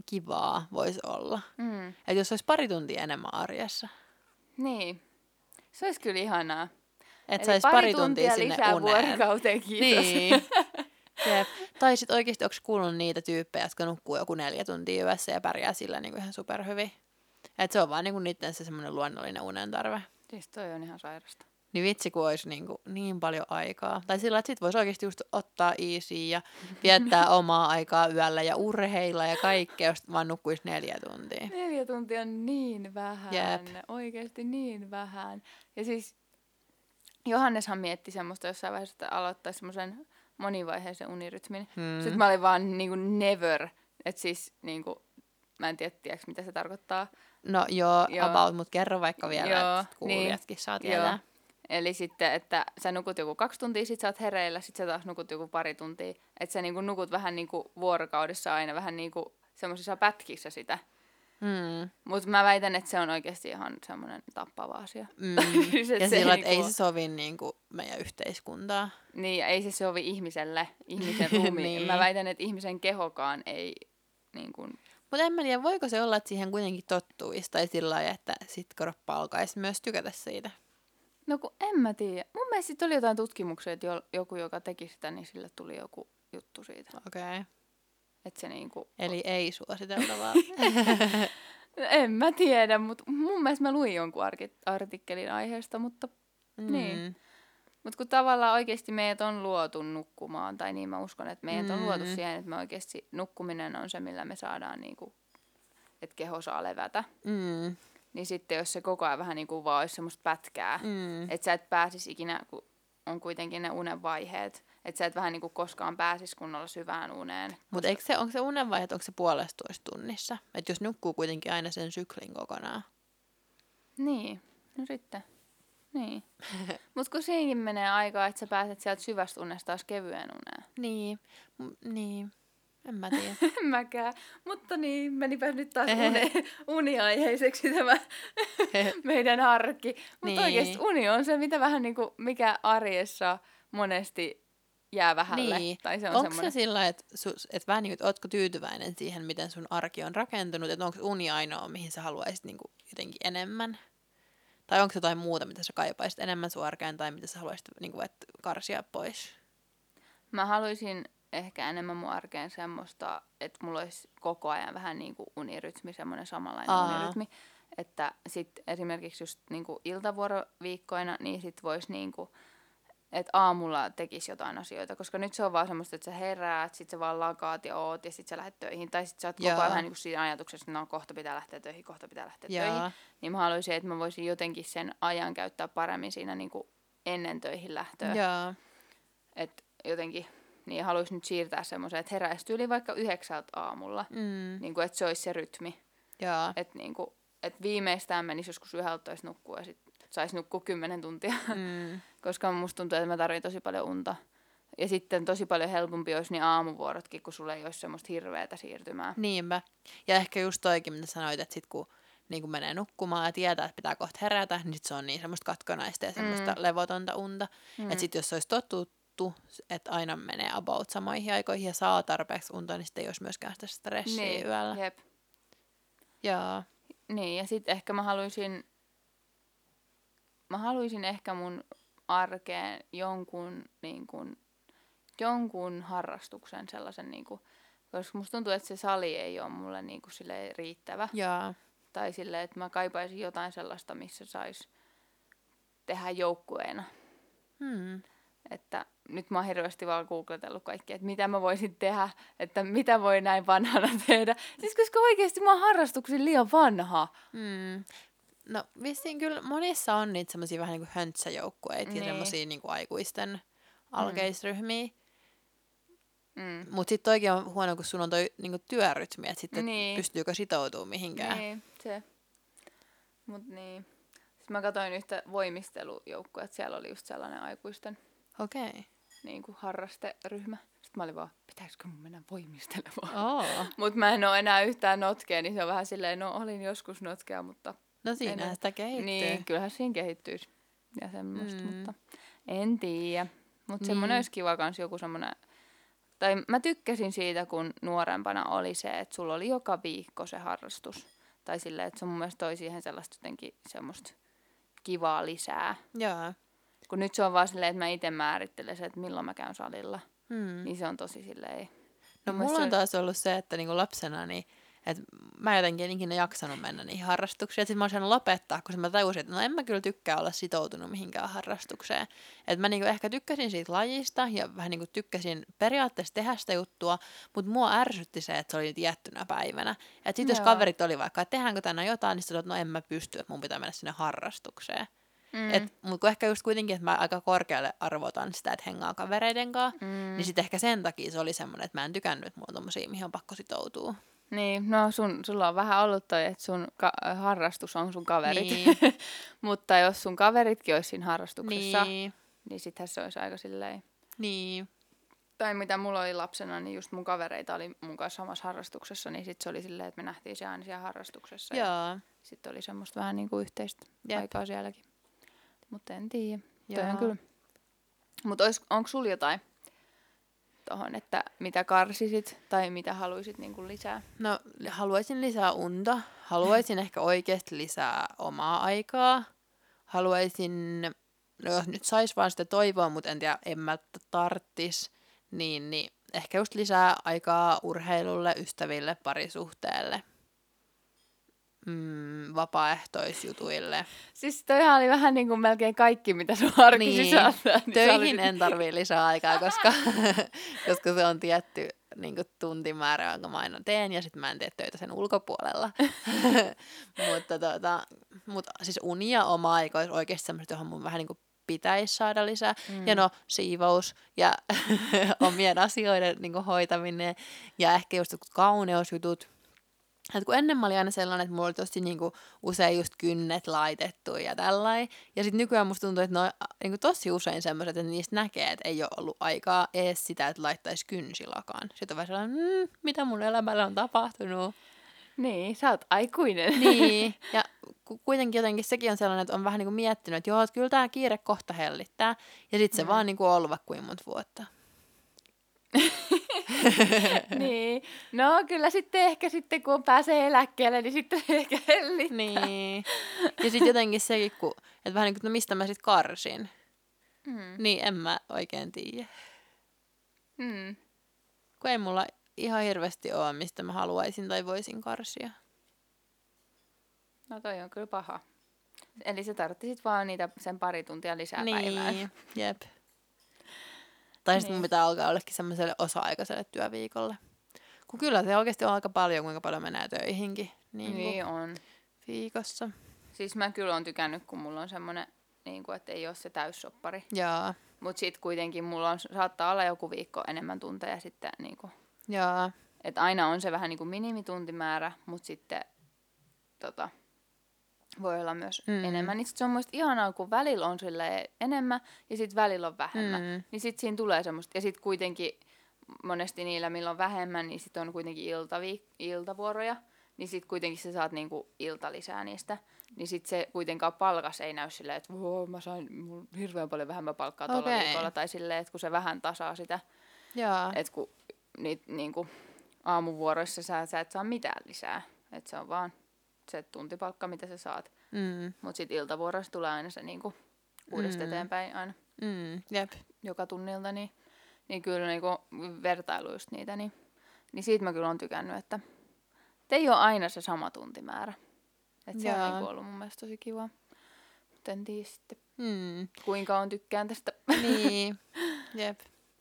kivaa voisi olla. Mm. Että jos olisi pari tuntia enemmän arjessa. Niin. Se olisi kyllä ihanaa. Että saisi pari, pari tuntia, tuntia sinne lisää uneen. vuorokauteen, kiitos. Niin. Jep. Tai sitten oikeasti onko kuullut niitä tyyppejä, jotka nukkuu joku neljä tuntia yössä ja pärjää sillä niin kuin ihan superhyvin. Että se on vaan niin kuin niiden se semmoinen luonnollinen unen tarve. Siis toi on ihan sairasta. Niin vitsi, kun olisi niin, kuin niin paljon aikaa. Tai sillä, että sit voisi oikeasti just ottaa easy ja viettää omaa aikaa yöllä ja urheilla ja kaikkea, jos vaan nukkuisi neljä tuntia. Neljä tuntia on niin vähän. Jep. Oikeasti niin vähän. Ja siis Johanneshan mietti semmoista jossain vaiheessa, että aloittaisi semmoisen monivaiheisen unirytmin. Hmm. Sitten mä olin vaan niinku never. Että siis niinku, mä en tiedä, tiedätkö, mitä se tarkoittaa. No joo, joo. about, mutta kerro vaikka vielä, joo, että kuulijatkin niin, saa tietää. Eli sitten, että sä nukut joku kaksi tuntia, sit sä oot hereillä, sit sä taas nukut joku pari tuntia. Että sä niinku nukut vähän niinku vuorokaudessa aina, vähän niinku semmoisissa pätkissä sitä. Mm. Mutta mä väitän, että se on oikeasti ihan semmoinen tappava asia. Mm. ja sillä, että ei se sovi niinku meidän yhteiskuntaa. Niin, ja ei se sovi ihmiselle, ihmisen ruumiin. niin. Mä väitän, että ihmisen kehokaan ei niinku... Mutta en mä tiedä, voiko se olla, että siihen kuitenkin tottuisi, tai sillä lailla, että sit kroppa alkaisi myös tykätä siitä. No kun en mä tiedä. Mun mielestä sit oli jotain tutkimuksia, että joku, joka teki sitä, niin sille tuli joku juttu siitä. Okei. Okay. Että se niinku... Eli ei suositeltavaa. En mä tiedä, mutta mun mielestä mä luin jonkun artikkelin aiheesta, mutta mm. niin. Mutta kun tavallaan oikeasti meidät on luotu nukkumaan, tai niin mä uskon, että meidät mm. on luotu siihen, että me oikeasti nukkuminen on se, millä me saadaan niinku, että keho saa levätä. Mm. Niin sitten jos se koko ajan vähän niin kuin vaan olisi semmoista pätkää, mm. että sä et pääsisi ikinä, kun on kuitenkin ne unen vaiheet, että sä et vähän niin kuin koskaan pääsisi kunnolla syvään uneen. Mutta se, onko se unen vaiheet, onko se puolestoista tunnissa? Että jos nukkuu kuitenkin aina sen syklin kokonaan. Niin, no sitten. Niin. Mutta kun siinäkin menee aikaa, että sä pääset sieltä syvästä unesta taas kevyen uneen. Niin, M- niin. En mä tiedä. En mäkään. Mutta niin, menipä nyt taas uni, uniaiheiseksi tämä meidän arki. Mutta niin. Oikeasti uni on se, mitä vähän niin kuin, mikä arjessa monesti jää vähälle. Niin. Tai se on onko semmoinen... se sillä, että et vähän niin kuin, ootko tyytyväinen siihen, miten sun arki on rakentunut? Että onko uni ainoa, mihin sä haluaisit niin kuin, jotenkin enemmän? Tai onko jotain muuta, mitä sä kaipaisit enemmän sun arkeen, tai mitä sä haluaisit niin kuin, että karsia pois? Mä haluaisin ehkä enemmän mun arkeen semmoista, että mulla olisi koko ajan vähän niin kuin unirytmi, semmoinen samanlainen Aa. unirytmi. Että sit esimerkiksi just niin kuin iltavuoroviikkoina, niin sit voisi niin kuin, että aamulla tekisi jotain asioita. Koska nyt se on vaan semmoista, että sä heräät, sit sä vaan lakaat ja oot ja sit sä lähdet töihin. Tai sit sä oot Jaa. koko ajan vähän niin kuin siinä ajatuksessa, että no kohta pitää lähteä töihin, kohta pitää lähteä Jaa. töihin. Niin mä haluaisin, että mä voisin jotenkin sen ajan käyttää paremmin siinä niin kuin ennen töihin lähtöä. Että jotenkin... Niin haluaisin nyt siirtää semmoisen, että heräisi tyyli vaikka yhdeksältä aamulla. Mm. Niin kuin, että se olisi se rytmi. Että niin kuin, että viimeistään menisi joskus yhdeltätoista nukkua ja sitten saisi nukkua kymmenen tuntia. Mm. Koska musta tuntuu, että mä tarvitsen tosi paljon unta. Ja sitten tosi paljon helpompi olisi niin aamuvuorotkin, kun sulla ei olisi semmoista hirveätä siirtymää. Niinpä. Ja ehkä just toikin, mitä sanoit, että sit kun niin kun menee nukkumaan ja tietää, että pitää kohta herätä, niin sit se on niin semmoista katkonaista ja semmoista mm. levotonta unta. Mm. Että sit jos se olisi totuttu, että aina menee about samoihin aikoihin ja saa tarpeeksi unta, niin sitten ei olisi myöskään sitä stressiä niin, yöllä. Jep. Jaa. Niin, ja sitten ehkä mä haluaisin, mä haluaisin ehkä mun arkeen jonkun, niin kun, jonkun harrastuksen sellaisen, niin kun, koska musta tuntuu, että se sali ei ole mulle niin kun, silleen riittävä. Jaa. Tai silleen, että mä kaipaisin jotain sellaista, missä sais tehdä joukkueena. Hmm. Että nyt mä oon hirveästi vaan googletellut kaikkea, että mitä mä voisin tehdä, että mitä voi näin vanhana tehdä. Siis koska oikeasti mä oon harrastuksen liian vanha. Mm. No vissiin kyllä monissa on niitä semmosia vähän niinku höntsäjoukkueita niin. ja semmosia niinku aikuisten alkeisryhmiä. Mm. Mut sit toikin on huono, kun sulla on toi niinku työrytmi, että sitten niin. pystyykö sitoutumaan mihinkään. Niin, se. Mut niin. Sitten mä katsoin yhtä voimistelujoukkoa, että siellä oli just sellainen aikuisten Okei. Okay. Niin kuin harrasteryhmä. Sitten mä olin vaan, pitäisikö mun mennä voimistelemaan? Oh. Mutta mä en ole enää yhtään notkea, niin se on vähän silleen, no olin joskus notkea, mutta... No siinä sitä kehittyy. Niin, kyllähän siinä kehittyisi ja semmoista, mm. mutta en tiedä. Mutta niin. semmoinen olisi kiva kans joku semmoinen tai mä tykkäsin siitä, kun nuorempana oli se, että sulla oli joka viikko se harrastus. Tai silleen, että se mun mielestä toi siihen sellaista jotenkin semmoista kivaa lisää. Joo. Kun nyt se on vaan silleen, että mä itse määrittelen se, että milloin mä käyn salilla. Hmm. Niin se on tosi silleen... No mulla on taas ollut se, että niinku lapsena, niin, että mä jotenkin en ikinä jaksanut mennä niihin harrastuksiin. Sitten mä olisin lopettaa, koska mä tajusin, että no en mä kyllä tykkää olla sitoutunut mihinkään harrastukseen. Että mä niinku ehkä tykkäsin siitä lajista ja vähän niinku tykkäsin periaatteessa tehdä sitä juttua, mutta mua ärsytti se, että se oli tiettynä päivänä. Että sitten jos kaverit oli vaikka, että tehdäänkö tänään jotain, niin sitten että no en mä pysty, että mun pitää mennä sinne harrastukseen. Mm. Mutta ehkä just kuitenkin, että mä aika korkealle arvotan sitä, että hengaa kavereiden kanssa, mm. niin sitten ehkä sen takia se oli semmoinen, että mä en tykännyt, että mulla on tommosia, mihin on pakko sitoutua. Niin, no sun, sulla on vähän ollut toi, että sun ka- harrastus on sun kaverit. Niin. Mutta jos sun kaveritkin olisi siinä harrastuksessa, niin, niin sittenhän se olisi aika silleen... Niin. Tai mitä mulla oli lapsena, niin just mun kavereita oli mun kanssa samassa harrastuksessa, niin sitten se oli silleen, että me nähtiin se aina siellä harrastuksessa. Joo. Sitten oli semmoista vähän niin kuin yhteistä Jep. aikaa sielläkin. Mutta en tiedä. Toi on kyllä. Mutta onko sulla jotain tohon, että mitä karsisit tai mitä haluaisit niinku lisää? No haluaisin lisää unta. Haluaisin ehkä oikeasti lisää omaa aikaa. Haluaisin, no jos nyt sais vaan sitä toivoa, mutta en tiedä, en mä tarttis, niin, niin ehkä just lisää aikaa urheilulle, ystäville, parisuhteelle. Mm, vapaaehtoisjutuille. Siis toihan oli vähän niin kuin melkein kaikki, mitä sun arki niin. sisältää. Niin töihin en tarvii lisää aikaa, koska, koska se on tietty niin kuin tuntimäärä, jonka mä aina teen, ja sitten mä en tee töitä sen ulkopuolella. mutta, tota, mutta siis uni ja oma aika olisi oikeasti semmoiset, johon mun vähän niin kuin pitäisi saada lisää. Mm. Ja no, siivous ja omien asioiden niin kuin hoitaminen, ja ehkä just kauneusjutut. Et kun ennen mä olin aina sellainen, että mulla oli tosi niinku usein just kynnet laitettu ja tällainen. Ja sitten nykyään musta tuntuu, että ne on niinku tosi usein semmoiset, että niistä näkee, että ei ole ollut aikaa edes sitä, että laittaisi kynsilakaan. Sitten on vähän sellainen, mmm, mitä mun elämällä on tapahtunut. Niin, sä oot aikuinen. Niin, ja kuitenkin jotenkin sekin on sellainen, että on vähän niinku miettinyt, että joo, että kyllä tää kiire kohta hellittää. Ja sitten se mm. vaan niinku on ollut vaikka kuinka monta vuotta. Niin, no kyllä sitten ehkä sitten kun pääsee eläkkeelle, niin sitten ehkä hellittää. Niin, ja sitten jotenkin sekin, kun, että vähän niin kuin, no mistä mä sitten karsin, mm. niin en mä oikein tiedä. Mm. Kun ei mulla ihan hirveästi ole, mistä mä haluaisin tai voisin karsia. No toi on kyllä paha. Eli sä tarvitsit vaan niitä sen pari tuntia lisää niin, päivään. Jep. Tai sitten niin. mun pitää alkaa jollekin semmoiselle osa-aikaiselle työviikolle. Kun kyllä se oikeasti on aika paljon, kuinka paljon menee töihinkin. Niin, niin on. Viikossa. Siis mä kyllä oon tykännyt, kun mulla on semmoinen, niin kuin, että ei ole se täyssoppari. Jaa. Mut sit kuitenkin mulla on, saattaa olla joku viikko enemmän tunteja sitten. Niin kuin, Jaa. että aina on se vähän niin kuin minimituntimäärä, mutta sitten tota, voi olla myös mm. enemmän. Niin sit se on muista ihanaa, kun välillä on enemmän ja sitten välillä on vähemmän. Mm. Niin sitten siinä tulee semmoista. Ja sitten kuitenkin monesti niillä, millä on vähemmän, niin sitten on kuitenkin iltavi- iltavuoroja. Niin sitten kuitenkin sä saat niinku ilta lisää niistä. Niin sitten se kuitenkaan palkas ei näy silleen, että mä sain mun hirveän paljon vähemmän palkkaa tuolla okay. viikolla. Tai silleen, että kun se vähän tasaa sitä. Että kun niitä niinku aamuvuoroissa sä, sä et saa mitään lisää. Että se on vaan se tuntipalkka, mitä sä saat. Mm. Mutta sitten iltavuorossa tulee aina se niinku uudesta mm. eteenpäin aina. Mm. Jep. Joka tunnilta. Niin, niin kyllä niinku vertailu just niitä. Niin, niin siitä mä kyllä on tykännyt, että ei ole aina se sama tuntimäärä. Että se on niinku ollut mun mielestä tosi kiva. Mutta en tiedä sitten, mm. kuinka on tykkään tästä. Niin, jep.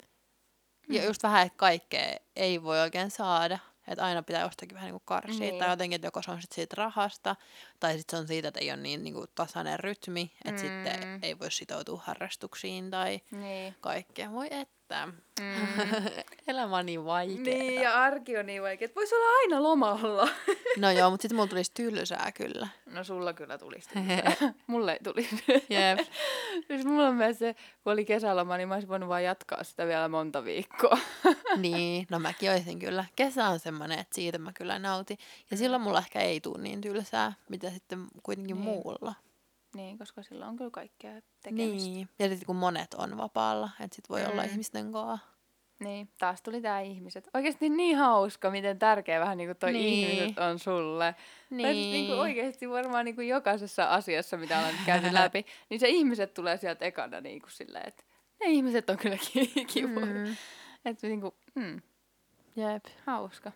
Ja just vähän, että kaikkea ei voi oikein saada. Että aina pitää jostakin vähän niinku karsia. Niin. Tai jotenkin, että joko se on sit siitä rahasta, tai sitten se on siitä, että ei ole niin niinku tasainen rytmi. Että mm. sitten ei voi sitoutua harrastuksiin tai niin. kaikkea. Voi että. Mm. Elämä on niin vaikeaa. Niin, ja arki on niin vaikeaa. Voisi olla aina lomalla. No joo, mutta sitten mulla tulisi tylsää kyllä. No sulla kyllä tulisi tylsää. Mulle ei tulisi. Jep. Siis mulla on myös se, kun oli kesäloma, niin mä olisin voinut vaan jatkaa sitä vielä monta viikkoa. Niin, no mäkin olisin kyllä. Kesä on semmoinen, että siitä mä kyllä nautin. Ja silloin mulla ehkä ei tule niin tylsää, mitä sitten kuitenkin niin. muulla. Niin, koska sillä on kyllä kaikkea tekemistä. Niin, ja sitten kun monet on vapaalla, että sit voi mm. olla ihmisten kanssa. Niin, taas tuli tää ihmiset. Oikeesti niin hauska, miten tärkeä vähän niinku toi Niin. ihmiset on sulle. Niin. Tai siis niinku oikeesti varmaan niinku jokaisessa asiassa, mitä ollaan nyt käyty läpi, niin se ihmiset tulee sieltä ekana niinku silleen, että ne ihmiset on kyllä kivoja. Mm. Että niinku, mm. Jep. Hauska.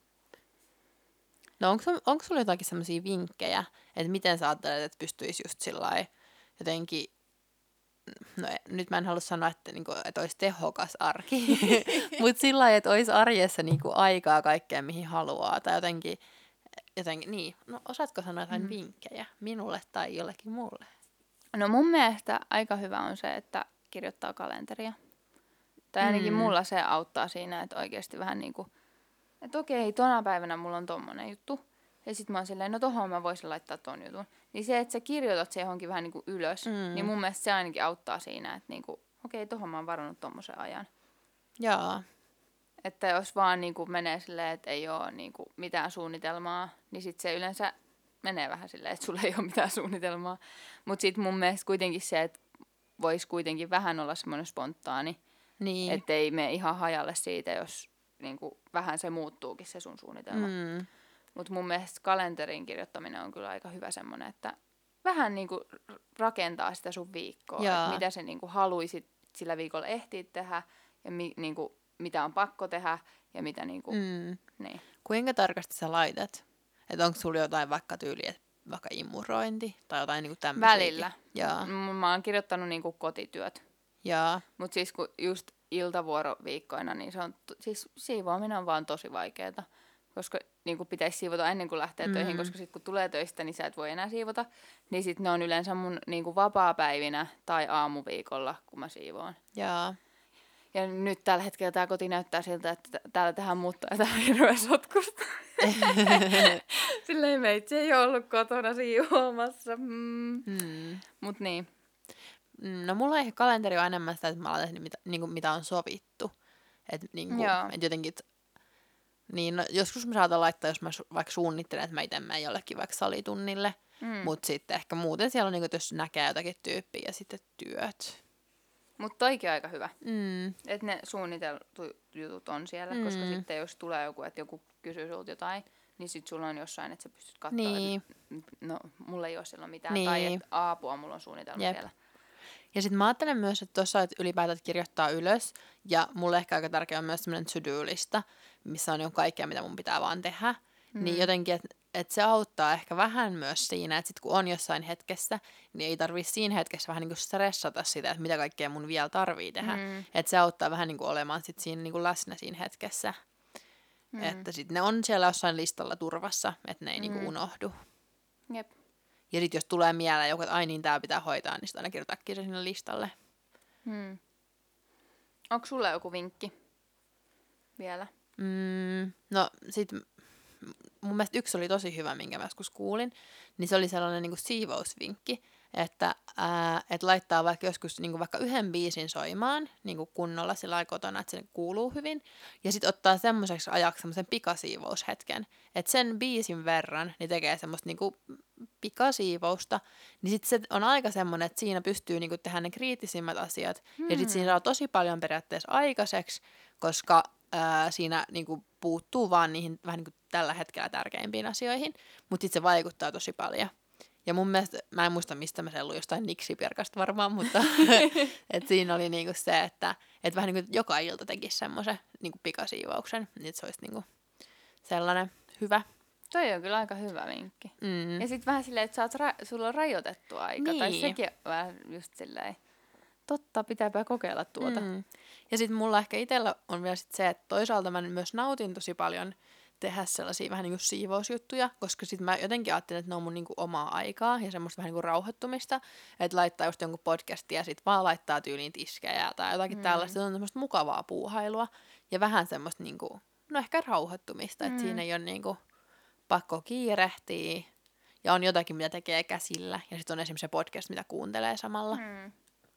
No onko, onko sulla jotakin semmosia vinkkejä, että miten sä ajattelet, että pystyisi just sillai jotenkin, no nyt mä en halua sanoa, että, niinku, että olisi tehokas arki, mutta sillä lailla, että olisi arjessa niinku aikaa kaikkeen, mihin haluaa, tai jotenkin, jotenkin niin. No osaatko sanoa jotain mm. vinkkejä minulle tai jollekin muulle? No mun mielestä aika hyvä on se, että kirjoittaa kalenteria. Tai ainakin mm. mulla se auttaa siinä, että oikeasti vähän niinku, että okei, tona päivänä mulla on tommonen juttu. Ja sit mä oon silleen, no tohon mä voisin laittaa ton jutun. Niin se, että sä kirjoitat se johonkin vähän niinku ylös, mm. niin mun mielestä se ainakin auttaa siinä, että niinku, okei, tohon mä oon varannut tommosen ajan. Jaa. Että jos vaan niinku menee silleen, että ei oo niinku mitään suunnitelmaa, niin sit se yleensä menee vähän silleen, että sulla ei oo mitään suunnitelmaa. Mut sit mun mielestä kuitenkin se, että vois kuitenkin vähän olla semmoinen spontaani. Niin. Että ei mene ihan hajalle siitä, jos niinku, vähän se muuttuukin se sun suunnitelma. Mm. Mutta mun mielestä kalenterin kirjoittaminen on kyllä aika hyvä semmoinen, että vähän niinku rakentaa sitä sun viikkoa. Että mitä sä niinku haluisit sillä viikolla ehtiä tehdä ja mi, niinku, mitä on pakko tehdä ja mitä niinku, mm. niin. Kuinka tarkasti sä laitat? Että onko sulla jotain vaikka tyyliä, vaikka imurointi tai jotain niinku tämmöisiä? Välillä. Jaa. Mä oon kirjoittanut niinku kotityöt. Jaa. Mut siis kun just iltavuoroviikkoina, niin se on, siis siivoaminen on vaan tosi vaikeeta. Koska niin kuin pitäisi siivota ennen kuin lähtee mm. töihin, koska sitten kun tulee töistä, niin sä et voi enää siivota. Niin sitten ne on yleensä mun niin kuin vapaapäivinä tai aamuviikolla, kun mä siivoan. Jaa. Ja nyt tällä hetkellä tää koti näyttää siltä, että täällä tehdään muuttaa ja tää on hirveä sotkusta. Silleen meitsi ei ollut kotona siivoamassa. Mm. Mm. Mut niin. No mulla ehkä kalenteri on enemmän sitä, että mä alan tehdä mitä, niin kuin, mitä on sovittu. Että niin et jotenkin... Niin, no, joskus mä saatan laittaa, jos mä su- vaikka suunnittelen, että mä itse menen jollekin vaikka salitunnille. Mm. Mutta sitten ehkä muuten siellä on, niin kuin, jos näkee jotakin tyyppiä ja sitten työt. Mutta toikin on aika hyvä. Mm. Että ne suunniteltu jutut on siellä, mm. koska sitten jos tulee joku, että joku kysyy sulta jotain, niin sitten sulla on jossain, että sä pystyt katsomaan, niin. että no, mulla ei ole silloin mitään. Niin. Tai että aapua, mulla on suunnitelma Jep. siellä. Ja sitten mä ajattelen myös, että tuossa että ylipäätään kirjoittaa ylös. Ja mulle ehkä aika tärkeä on myös semmoinen to-do-lista, missä on jo kaikkea, mitä mun pitää vaan tehdä. Mm. Niin jotenkin, että et se auttaa ehkä vähän myös siinä, että sit kun on jossain hetkessä, niin ei tarvitse siinä hetkessä vähän niin kuin stressata sitä, että mitä kaikkea mun vielä tarvii tehdä. Mm. Että se auttaa vähän niin kuin olemaan sit siinä niin kuin läsnä siinä hetkessä. Mm. Että sitten ne on siellä jossain listalla turvassa, että ne ei mm. niin kuin unohdu. Jep. Ja sitten jos tulee mieleen joku, että ai niin, tää pitää hoitaa, niin sitten aina kirjoitakin se sinne listalle. Hmm. Onko sulla joku vinkki vielä? Mm, no sit mun mielestä yksi oli tosi hyvä, minkä mä joskus kuulin. Niin se oli sellainen niin kuin siivousvinkki, että ää, et laittaa vaikka joskus niin kuin vaikka yhden biisin soimaan niin kuin kunnolla sillä lailla kotona, että se kuuluu hyvin. Ja sitten ottaa semmoiseksi ajaksi semmoisen pikasiivoushetken. Että sen biisin verran niin tekee semmoista niin kuin pikasiivousta, niin sitten se on aika semmoinen, että siinä pystyy niinku tehdä ne kriittisimmät asiat, hmm. ja sitten siinä saa tosi paljon periaatteessa aikaiseksi, koska ää, siinä niinku puuttuu vaan niihin vähän niinku tällä hetkellä tärkeimpiin asioihin, mutta sitten se vaikuttaa tosi paljon. Ja mun mielestä, mä en muista mistä mä sen luin, jostain Nixi-perkasta varmaan, mutta et siinä oli niinku se, että et vähän niinku joka ilta tekisi semmoisen niinku pikasiivauksen, niin se olisi niinku sellainen hyvä. Toi on kyllä aika hyvä vinkki. Mm. Ja sitten vähän silleen, että sä oot ra- sulla on rajoitettu aika. Niin. Tai sekin vähän just silleen, totta, pitääpä kokeilla tuota. Mm. Ja sitten mulla ehkä itsellä on vielä sit se, että toisaalta mä myös nautin tosi paljon tehdä sellaisia vähän niin kuin siivousjuttuja, koska sitten mä jotenkin ajattelin, että ne on mun niin kuin omaa aikaa ja semmoista vähän niin kuin rauhoittumista, että laittaa just jonkun podcastia ja sitten vaan laittaa tyyliin tiskejä tai jotakin mm. tällaista, se on semmoista mukavaa puuhailua ja vähän semmoista niin kuin, no ehkä rauhoittumista, että mm. siinä ei ole niin kuin pakko kiirehtiä ja on jotakin, mitä tekee käsillä ja sitten on esimerkiksi se podcast, mitä kuuntelee samalla. Mm.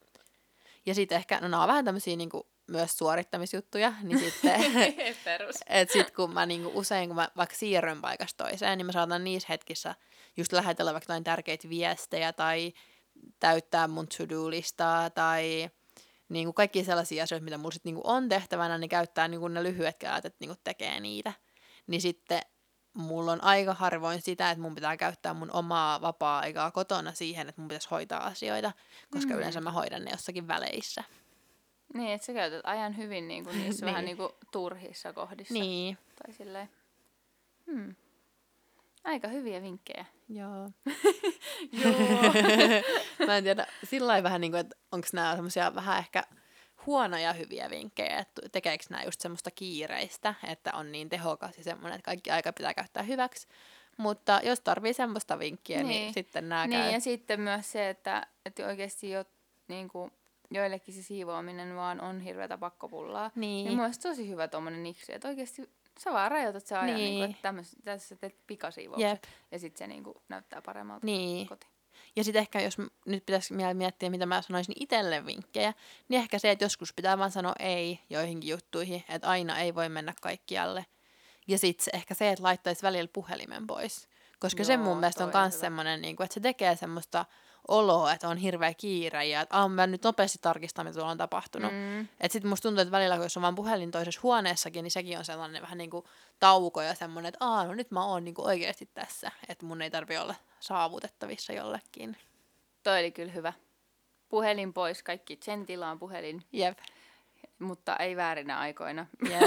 Ja sitten ehkä, no nämä on vähän tämmöisiä niinku myös suorittamisjuttuja, niin sitten, että sitten kun mä niinku usein, kun mä vaikka siirryn paikasta toiseen, niin mä saatan niissä hetkissä just lähetellä vaikka jotain tärkeitä viestejä tai täyttää mun to-do-listaa tai niin kuin kaikki sellaisia asioita, mitä mulla sit niin kuin on tehtävänä, niin käyttää niin kuin ne lyhyet kädet, että niin kuin tekee niitä. Niin sitten mulla on aika harvoin sitä, että mun pitää käyttää mun omaa vapaa-aikaa kotona siihen, että mun pitäisi hoitaa asioita, koska mm. yleensä mä hoidan ne jossakin väleissä. Niin, että sä käytät ajan hyvin niin kuin niissä niin. vähän niin kuin turhissa kohdissa. Niin. Tai silleen. Hmm. Aika hyviä vinkkejä. Joo. Joo. Mä en tiedä, sillä lailla vähän niin kuin, että onko nämä semmoisia vähän ehkä huonoja hyviä vinkkejä, että tekeekö nämä just semmoista kiireistä, että on niin tehokas ja semmoinen, että kaikki aika pitää käyttää hyväksi. Mutta jos tarvii semmoista vinkkiä, niin, niin sitten nämä niin, käy. ja sitten myös se, että, että oikeasti jo, niin kuin, joillekin se siivoaminen vaan on hirveätä pakkopullaa. Niin. Niin mun mielestä tosi hyvä tommonen niksi, että oikeasti sä vaan rajoitat se ajan, niin. niin kuin, että tämmöis, tässä teet pikasiivouksen. Jep. Ja sitten se niin kuin, näyttää paremmalta niin. koti. Ja sitten ehkä, jos nyt pitäisi miettiä, mitä mä sanoisin itselle vinkkejä, niin ehkä se, että joskus pitää vaan sanoa ei joihinkin juttuihin, että aina ei voi mennä kaikkialle. Ja sitten ehkä se, että laittaisi välillä puhelimen pois. Koska Joo, se mun mielestä on myös semmoinen, niin että se tekee semmoista oloa, että on hirveä kiire ja että mä nyt nopeasti tarkistaa, mitä tuolla on tapahtunut. Mm. Että sitten musta tuntuu, että välillä, kun jos on vaan puhelin toisessa huoneessakin, niin sekin on sellainen vähän niin kuin tauko ja semmoinen, että aah, no nyt mä oon niin kuin oikeasti tässä. Että mun ei tarvi olla saavutettavissa jollekin. Toi oli kyllä hyvä. Puhelin pois, kaikki sen tilaan puhelin. Jep. Mutta ei väärinä aikoina. Jep.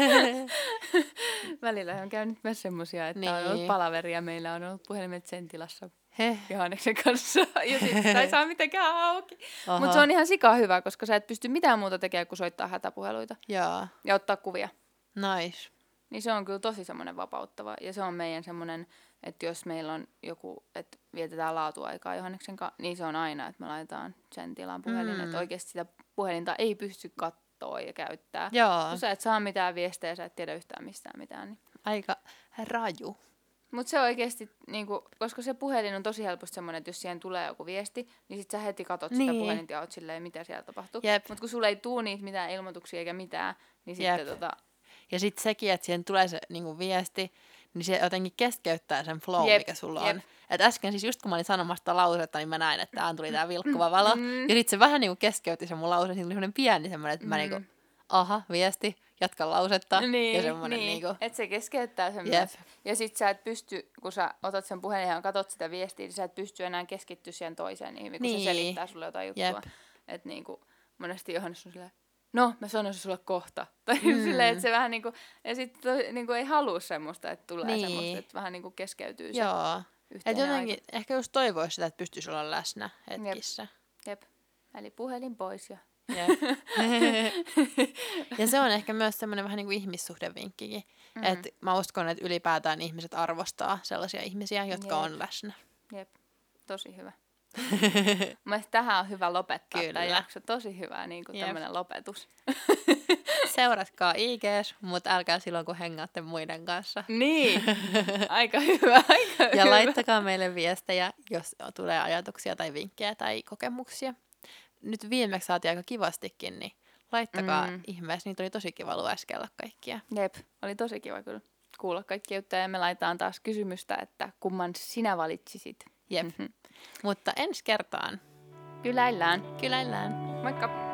Välillä on käynyt myös semmosia, että niin. on ollut palaveria. Meillä on ollut puhelimet sen tilassa Johanneksen kanssa. Ja sitten sitä ei saa mitenkään auki. Mutta se on ihan sikaa hyvä, koska sä et pysty mitään muuta tekemään kuin soittaa hätäpuheluita. Jaa. Ja ottaa kuvia. Nice. Niin se on kyllä tosi semmoinen vapauttava. Ja se on meidän semmoinen, että jos meillä on joku, että vietetään laatuaikaa Johanneksen kanssa, niin se on aina, että me laitetaan sen tilaan puhelin. Mm. Että oikeasti sitä puhelinta ei pysty katsoa ja käyttää. Joo. Kun sä et saa mitään viestejä, sä et tiedä yhtään mistään mitään. Niin. Aika raju. Mutta se oikeasti, niinku, koska se puhelin on tosi helposti semmoinen, että jos siihen tulee joku viesti, niin sit sä heti katot niin. sitä puhelinta ja oot silleen, mitä siellä tapahtuu. Mutta kun sulle ei tuu niitä mitään ilmoituksia eikä mitään, niin sitten Jep. tota... Ja sitten sekin, että siihen tulee se niinku viesti, niin se jotenkin keskeyttää sen flow, Jep. mikä sulla Jep. on. Et äsken siis just kun mä olin sanomasta lausetta, niin mä näin, että tää tuli tää vilkkuva valo. Mm. Ja sitten se vähän niinku keskeytti sen mun lause, niin tuli semmoinen pieni semmoinen, että mm. mä niinku, aha, viesti, jatka lausetta. Niin, ja semmoinen niin. niinku... että se keskeyttää sen Jep. myös. Ja sit sä et pysty, kun sä otat sen puhelin ja katot sitä viestiä, niin sä et pysty enää keskittyä siihen toiseen ihmiseen, kun niin. se selittää sulle jotain juttua. Että niinku, monesti Johannes on silleen, no, mä sanoisin sulle kohta. Tai mm. silleen, että se vähän niinku, ja sitten niinku ei halua semmoista, että tulee niin. semmoista, että vähän niinku keskeytyy se Joo. yhteinen Et jotenkin, aika. ehkä just toivoisi sitä, että pystyisi olla läsnä hetkissä. Jep. Jep. Eli puhelin pois ja... Ja se on ehkä myös semmoinen vähän niin kuin ihmissuhdevinkkikin. Mm. Että mä uskon, että ylipäätään ihmiset arvostaa sellaisia ihmisiä, jotka Jep. on läsnä. Jep. Tosi hyvä. Mielestäni tähän on hyvä lopettaa Kyllä. tämä jakso. Tosi hyvä niin kuin tämmöinen lopetus. Seuratkaa I G:s, mutta älkää silloin, kun hengaatte muiden kanssa. Niin, aika hyvä, aika ja hyvä. laittakaa meille viestejä, jos tulee ajatuksia tai vinkkejä tai kokemuksia. Nyt viimeksi saatiin aika kivastikin, niin laittakaa mm. ihmeessä. Niitä oli tosi kiva lueskella kaikkia. Jep, oli tosi kiva kyllä kuulla kaikkia juttuja. Ja me laitetaan taas kysymystä, että kumman sinä valitsisit. Jep, mutta ensi kertaan. Kyläillään. Kyläillään. Moikka!